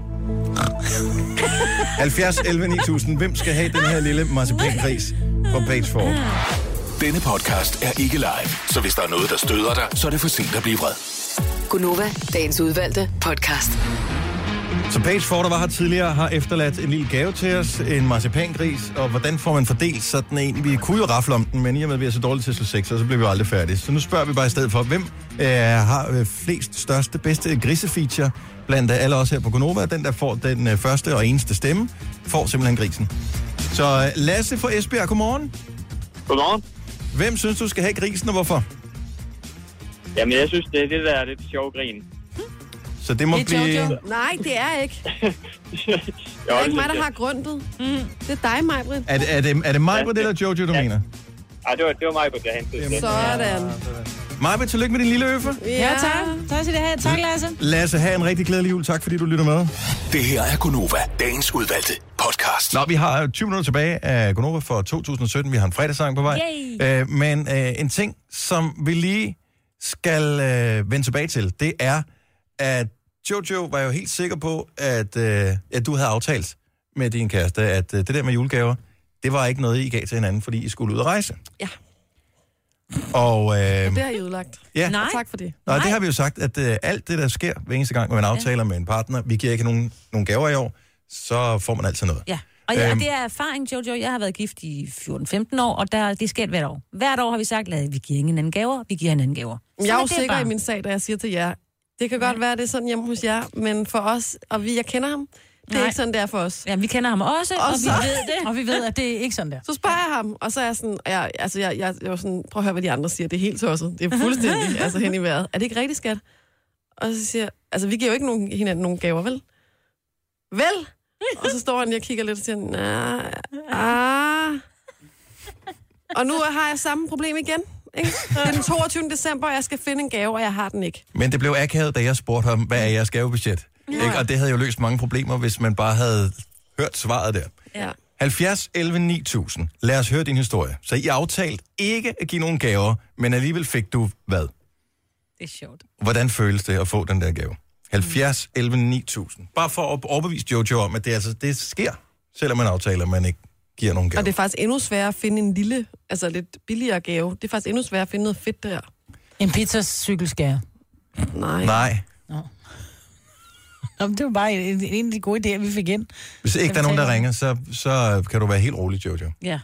S1: halvfjerds elleve ni tusind. Hvem skal have den her lille marcipangris på Page fire?
S6: Denne podcast er ikke live, så hvis der er noget, der støder dig, så er det for sent at blive vred.
S8: Gunova, dagens udvalgte podcast.
S1: Så Paige Ford, der var her tidligere, har efterladt en lille gave til os, en marcipangris, og hvordan får man fordelt sådan en? Vi kunne jo rafle om den, men i og med, at vi er så dårlige til at slå seks, så bliver vi jo aldrig færdige. Så nu spørger vi bare i stedet for, hvem øh, har øh, flest, største, bedste grisefeature blandt alle os her på Gonova. Den, der får den øh, første og eneste stemme, får simpelthen grisen. Så øh, Lasse fra Esbjerg, godmorgen.
S18: Godmorgen.
S1: Hvem synes du skal have grisen, og hvorfor?
S18: Jamen, jeg synes, det er det, der er lidt sjov grin.
S1: Så det må
S2: det
S1: blive...
S2: Jojo. Nej, det er ikke. Det er ikke mig, der har grundet. Mm. Det er dig, Majbrit.
S1: Er det, er det, er det Majbrit eller Jojo, du ja. mener?
S18: Nej, det var, det var Majbrit, der hentede.
S2: Sådan.
S1: Majbrit, tillykke med din lille øffe.
S4: Ja, ja tak. Tak skal det have. Tak, Lasse.
S1: Lasse, have en rigtig glædelig jul. Tak, fordi du lytter med.
S6: Det her er Gonova, dagens udvalgte podcast.
S1: Nå, vi har tyve minutter tilbage af Gonova for to tusind sytten. Vi har en fredagssang på vej. Øh, men øh, en ting, som vi lige skal øh, vende tilbage til, det er, at Jojo var jo helt sikker på, at, øh, at du havde aftalt med din kæreste, at øh, det der med julegaver, det var ikke noget, I gav til hinanden, fordi I skulle ud og rejse.
S2: Ja.
S1: Og, øh,
S2: det har I udlagt.
S1: Ja.
S2: Nej. Tak for det.
S1: Nå, det har vi jo sagt, at øh, alt det, der sker hver eneste gang, når man aftaler ja. med en partner, vi giver ikke nogen, nogen gaver i år, så får man altid noget.
S3: Ja, og ja,
S1: øhm,
S3: det er erfaring, Jojo. Jeg har været gift i fjorten femten år, og der, det sker hvert år. Hvert år har vi sagt, at vi giver ingen anden gaver, vi giver hinanden gaver.
S2: Jeg er jo sikker bare i min sag, da jeg siger til jer, det kan godt være, det er sådan hjemme hos jer, men for os, og vi, jeg kender ham, det er Nej. ikke sådan, det er for os.
S3: Ja, vi kender ham også, og, og
S2: så,
S3: vi ved det.
S4: Og vi ved, at det er ikke sådan der.
S2: Så spørger jeg ham, og så er jeg sådan, jeg, altså jeg, jeg, jeg var sådan, prøv at høre, hvad de andre siger, det er helt tosset. Det er fuldstændig altså hen i vejret. Er det ikke rigtigt, skat? Og så siger jeg, altså vi giver jo ikke nogen, hinanden nogen gaver, vel? Vel? Og så står han og kigger lidt og siger, nej, ah. Og nu har jeg samme problem igen. Ikke? Det er den toogtyvende december, og jeg skal finde en gave, og jeg har den ikke.
S1: Men det blev akavet, da jeg spurgte ham, hvad er jeres gavebudget? Ja. Ikke? Og det havde jo løst mange problemer, hvis man bare havde hørt svaret der.
S2: Ja.
S1: halvfjerds elleve ni tusind. Lad os høre din historie. Så I aftalt ikke at give nogen gaver, men alligevel fik du hvad?
S3: Det er sjovt.
S1: Hvordan føles det at få den der gave? halvfjerds elleve ni tusind. Bare for at overbevise Jojo om, at det, altså, det sker, selvom man aftaler, at man ikke giver nogen gave.
S2: Og det er faktisk endnu sværere at finde en lille, altså lidt billigere gave. Det er faktisk endnu sværere at finde noget fedt der.
S4: En pizzas-cykelskære.
S2: Nej.
S1: Nej.
S4: Nå. Nå, det var bare en, en af de gode idéer, vi fik ind.
S1: Hvis ikke der er nogen, der ringer, så, så kan du være helt rolig, Jojo.
S3: Ja.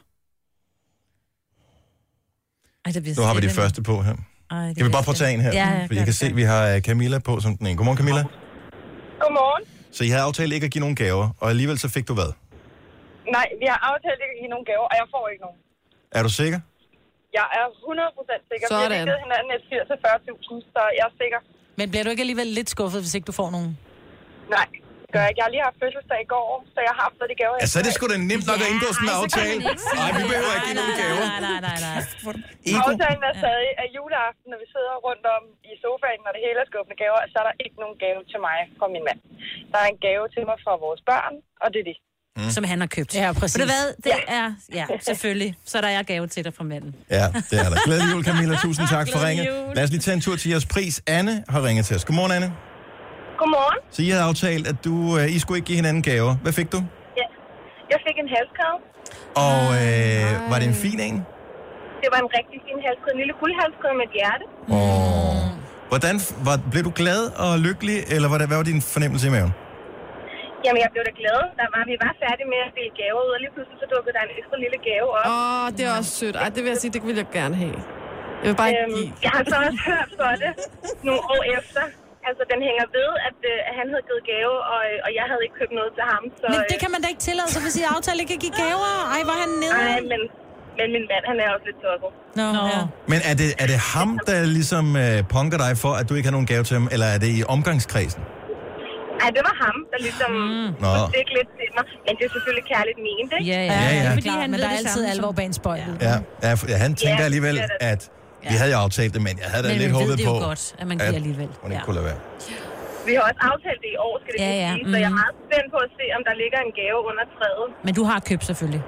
S3: Ej, det
S1: nu har vi de første på her.
S3: Ej,
S1: kan vi bare prøve at tage en her?
S3: Ja, ja,
S1: for jeg kan se, at vi har Camilla på som den ene. Godmorgen, Camilla.
S10: Godmorgen.
S1: Så I havde aftalt ikke at give nogen gaver, og alligevel så fik du hvad?
S10: Nej, vi har aftalt ikke at give nogen gaver, og jeg får ikke nogen.
S1: Er du sikker?
S10: Jeg er hundrede procent sikker.
S2: Sådan.
S10: Vi har givet hinanden et firs til fyrre tusind, så jeg er sikker.
S4: Men bliver du ikke alligevel lidt skuffet, hvis ikke du får nogen?
S10: Nej, det gør jeg ikke. Jeg har lige haft fødselsdag i går, så jeg har fået de gaver.
S1: Ja, så er det sgu da nemt nok at indgå sådan en aftale. Nej, vi behøver ikke give nogen gaver.
S3: Nej, nej, nej, nej.
S10: Aftalen er stadig, at juleaften, når vi sidder rundt om i sofaen, når det hele er skubbende gaver, så er der ikke nogen gave til mig fra min mand. Der er en gave til mig fra vores børn, og det er det.
S3: Mm. Som han har købt.
S4: Ja, præcis.
S3: Ved du hvad? Det er, ja, selvfølgelig. Så der er gave til dig fra manden.
S1: Ja, det er der. Glædelig jul, Camilla. Tusind tak for ringet. Lad os lige tage en tur til jeres pris. Anne har ringet til os. Godmorgen, Anne.
S10: Godmorgen.
S1: Så I havde aftalt, at du, uh, I skulle ikke give hinanden gaver. Hvad fik du?
S10: Ja, jeg fik en halskæde.
S1: Og øh, var det en fin en?
S10: Det var en rigtig fin halskæde. En lille guldhalskæde med et hjerte.
S1: Oh. Hvordan var, blev du glad og lykkelig, eller hvad, hvad var din fornemmelse i maven?
S10: Jamen, jeg blev da glad. Der var, vi var færdige med at dele gaver ud, og lige pludselig så dukkede der en ekstra lille gave op.
S2: Åh, oh, det er også sødt. Ej, det vil jeg sige, det vil jeg gerne have. Jeg vil bare ikke
S10: øhm,
S2: give.
S10: Jeg har så også hørt for det nogle år efter. Altså, den hænger ved, at, øh, at han havde givet gave, og, og jeg havde ikke købt noget til ham. Så,
S4: men det kan man da ikke tillade sig, hvis I aftale ikke at give gaver. Ej, var han nede?
S10: Nej, men, men min mand, han er også lidt tosset.
S4: Nå, no, ja.
S1: Men er det, er det ham, der ligesom øh, punker dig for, at du ikke har nogen gave til ham, eller er det i omgangskredsen?
S10: Nej, det var ham, der ligesom mm. fik lidt til mig. Men det er selvfølgelig kærligt ment, ikke?
S3: Ja,
S1: ja. ja, ja.
S3: Fordi han
S4: men der er altid
S3: samme,
S4: alvor bag en spøjt.
S1: Ja, ja, ja, han tænkte
S10: ja,
S1: alligevel, at vi havde jo aftalt det, men jeg havde da
S3: men
S1: lidt håbet på,
S3: det er jo godt, at man giver alligevel.
S1: Hun ikke ja. kunne lade være.
S10: Vi har også aftalt det i år, skal det
S3: ja, ja.
S10: sige, så jeg er meget spændt på at se, om der ligger en gave under træet.
S3: Men du har købt selvfølgelig.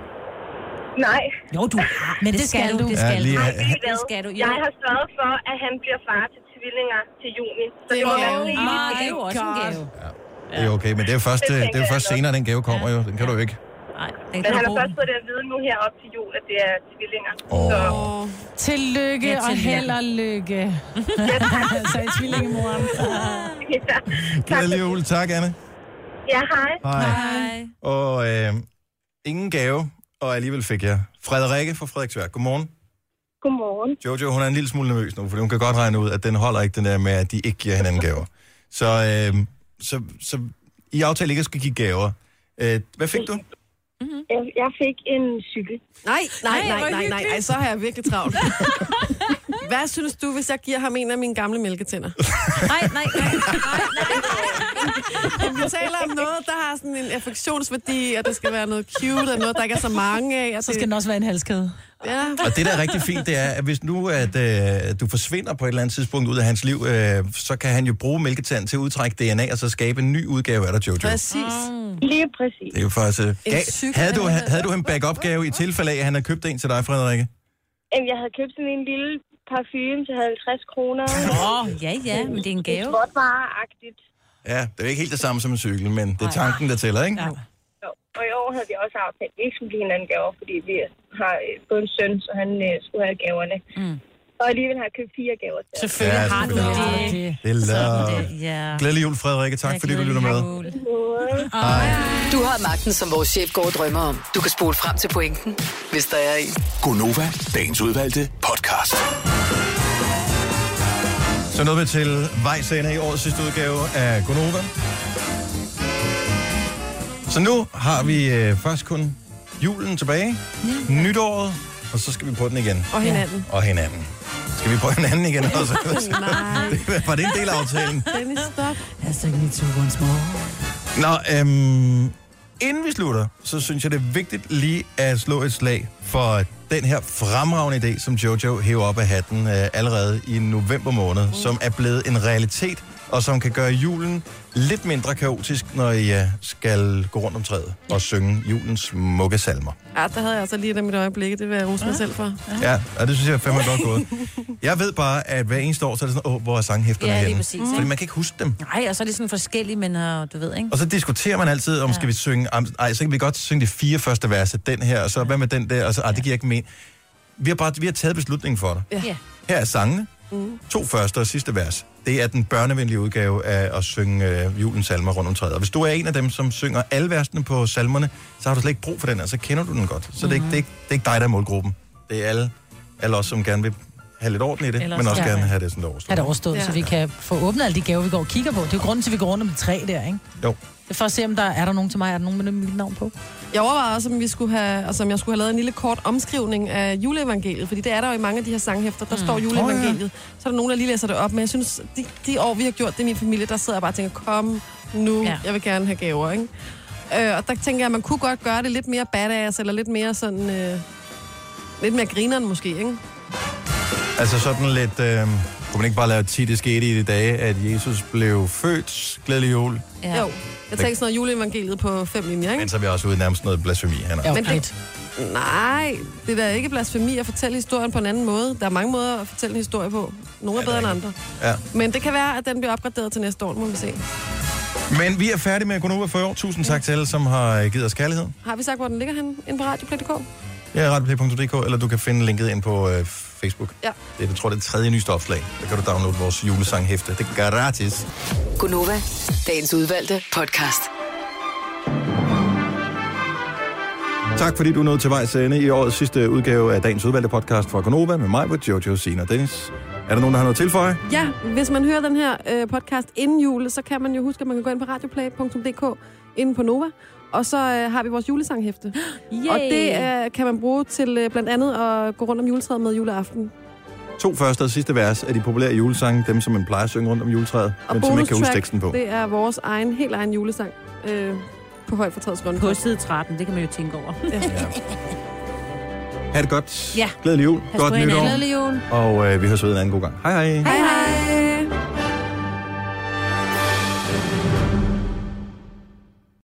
S10: Nej.
S3: Jo, du har. Men det, det skal du. Det skal,
S1: ja, lige,
S10: Nej,
S1: ja.
S10: det skal du. Jo. Jeg har sørget for, at han bliver far til tvillinger til juni. Så det, det må være rigeligt.
S3: Ah, det er jo også en gave.
S1: Ja. Det er okay, men det er jo først, det, det er jo først senere, den gave kommer jo. Den kan du jo ikke.
S3: Nej,
S10: Men han har først fået det at vide nu her op til jul, at det er tvillinger.
S1: Oh.
S10: Så...
S4: Tillykke
S10: Ja,
S4: og
S10: tillykke.
S4: held og lykke. Så i tvillingemoren.
S10: ja.
S1: Glædelig jul. Tak, Anne.
S10: Ja, hej.
S1: Hej. Hej. Og øh, ingen gave, og alligevel fik jeg Frederikke fra Frederiksværk. Godmorgen.
S10: Godmorgen.
S1: Jojo, hun er en lille smule nervøs nu, for hun kan godt regne ud, at den holder ikke den der med, at de ikke giver hinanden gaver. Så, øh, så, så I aftale ikke at skulle give gaver. Øh, hvad fik du?
S10: Mm-hmm. Jeg, jeg fik en cykel.
S2: Nej, nej,
S10: Ej,
S2: nej,
S10: hvor
S2: nej, nej.
S10: hyggeligt.
S2: Ej, så har jeg virkelig travlt. Hvad synes du, hvis jeg giver ham en af mine gamle mælketænder?
S3: Nej, nej, nej.
S2: Vi taler om noget, der har sådan en affektionsværdi, og det skal være noget cute, og noget, der ikke er så mange af.
S4: Så skal den også være en halskæde.
S2: Ja.
S1: Og det, der er rigtig fint, det er, at hvis nu at, øh, du forsvinder på et eller andet tidspunkt ud af hans liv, øh, så kan han jo bruge mælketand til at udtrække D N A, og så skabe en ny udgave af dig, Jojo.
S2: Præcis.
S10: Mm. Lige præcis.
S1: Det er jo faktisk... Øh, gav,
S10: cykel.
S1: havde, du, havde du en backup-gave i tilfælde af, at han havde købt en til dig, Frederikke?
S10: Jamen, jeg havde købt sådan en lille parfume til halvtreds kroner.
S3: Åh, oh, ja, ja, men det er en gave.
S10: Sportvareagtigt.
S1: Ja, det er jo ikke helt det samme som en cykel, men det er tanken, der tæller, ikke?
S10: Ja. Jo. Og i år havde vi også aftalt, at vi ikke skulle give hinanden gaver, fordi vi har øh, fået en søn, så han øh, skulle have gaverne. Mm. Og alligevel har jeg købt fire gaver til.
S3: Selvfølgelig
S1: Ja,
S3: har du
S1: selvfølgelig.
S3: det.
S1: Det er love.
S3: Sådan det, ja.
S1: Glædelig jul, Frederikke. Tak,
S3: Ja,
S1: fordi du lytter med.
S8: Hej. Du har magten, som vores chef går og drømmer om. Du kan spole frem til pointen, hvis der er en.
S6: Gonova, dagens udvalgte podcast.
S1: Så nåede vi til vejs ende i årets sidste udgave af Gonova. Så nu har vi øh, først kun julen tilbage, ja. Nytåret, og så skal vi på den igen.
S2: Og hinanden.
S1: Og hinanden. Skal vi på hinanden igen også?
S2: Nej.
S1: Det, var det en del af aftalen?
S2: Dennis, stop.
S4: Hashtag me too once more.
S1: Nå, øhm, inden vi slutter, så synes jeg, det er vigtigt lige at slå et slag for den her fremragende idé, som Jojo hæver op af hatten øh, allerede i november måned, mm. som er blevet en realitet, og som kan gøre julen lidt mindre kaotisk, når I uh, skal gå rundt om træet og synge julens smukke salmer.
S2: Ja, der havde jeg altså lige dem i et øjeblik. Det vil jeg rose mig selv for.
S1: Ja, og det synes jeg er fandme godt gået. Jeg ved bare, at hver eneste år, så er det sådan, åh, hvor er sanghæfterne
S3: Ja, lige
S1: henne?
S3: præcis.
S1: Fordi man kan ikke huske dem.
S3: Nej, og så er det sådan forskellige, men uh, du ved, ikke?
S1: Og så diskuterer man altid, om ja. skal vi synge, ej, så kan vi godt synge de fire første verser, den her, og så hvad med den der, og så, ej, det giver ikke mening. Vi har bare vi har taget beslutningen for dig.
S3: Ja.
S1: Her er sangene. Mm. To første og sidste vers. Det er den børnevenlige udgave af at synge øh, julens salmer rundt om træet. Og hvis du er en af dem, som synger alle versene på salmerne, så har du slet ikke brug for den, og så kender du den godt. Så mm-hmm. det, er ikke, det, er ikke, det er ikke dig, der er målgruppen. Det er alle, alle os, som gerne vil have lidt orden i det,
S4: Ellers,
S1: men også
S4: ja.
S1: gerne have det sådan overstået.
S4: Er det overstået, ja. Så vi kan få åbnet alle de gaver, vi går og kigger på. Det er jo grunden til, at vi går rundt om et træ der, ikke?
S1: Jo.
S4: Det er for at se, om der er der nogen til mig. Er der nogen med mit navn på?
S2: Jeg overvejede også, om, vi skulle have, altså, om jeg skulle have lavet en lille kort omskrivning af juleevangeliet, fordi det er der jo i mange af de her sanghæfter, der mm. står juleevangeliet. Oh, ja. Så er der nogen, der lige læser det op, men jeg synes, de, de år, vi har gjort det i min familie, der sidder jeg bare og tænker, kom nu, ja. Jeg vil gerne have gaver, ikke? Øh, og der tænker jeg, at man kunne godt gøre det lidt mere badass, eller lidt mere sådan, øh, lidt mere grineren måske, ikke?
S1: Altså sådan lidt, øh, kunne man ikke bare lave tit, det skete i de dage, at Jesus blev født, glædelig jul?
S2: Ja. Jo, jeg tænker sådan noget juleevangeliet på fem linjer, ikke?
S1: Men så er vi også ude nærmest noget blasfemi her.
S2: Ja, men det, nej, det er da ikke blasfemi at fortælle historien på en anden måde. Der er mange måder at fortælle en historie på. Nogle er bedre end andre.
S1: Ja.
S2: Men det kan være, at den bliver opgraderet til næste år, må vi se.
S1: Men vi er færdige med Gonova for i år. Tusind tak til alle, som har givet os kærlighed.
S2: Har vi sagt, hvor den ligger henne? Inde på radioplay punktum d k?
S1: Ja, radioplay punktum d k, eller du kan finde linket ind på øh, Facebook.
S2: Ja.
S1: Det er, jeg tror, det er tredje nyeste opslag. Der kan du downloade vores julesanghæfte. Det er gratis.
S8: Gonova, dagens udvalgte podcast.
S1: Tak fordi du nåede til vejs ende i årets sidste udgave af dagens udvalgte podcast fra Gonova med mig, Jojo, Signe og Dennis. Er der nogen, der har noget at tilføje?
S2: Ja, hvis man hører den her øh, podcast inden jul, så kan man jo huske, at man kan gå ind på radioplay punktum d k inde på Nova. Og så øh, har vi vores julesanghæfte.
S3: Yay.
S2: Og det øh, kan man bruge til øh, blandt andet at gå rundt om juletræet med juleaften.
S1: To første og sidste vers er de populære julesange, dem som man plejer at synge rundt om juletræet,
S2: og
S1: men som ikke kan huske teksten på.
S2: Det er vores egen, helt egen julesang øh, på højt for træets rundt.
S3: På side tretten, det kan man jo tænke over.
S2: Ja.
S1: Ja. Ha' det godt.
S3: Ja.
S1: Glædelig jul.
S3: Pas
S1: Godt
S3: på hinanden.
S1: nytår.
S3: Glædelig jul.
S1: Og øh, vi høres ved en anden god gang. Hej hej.
S3: Hej hej.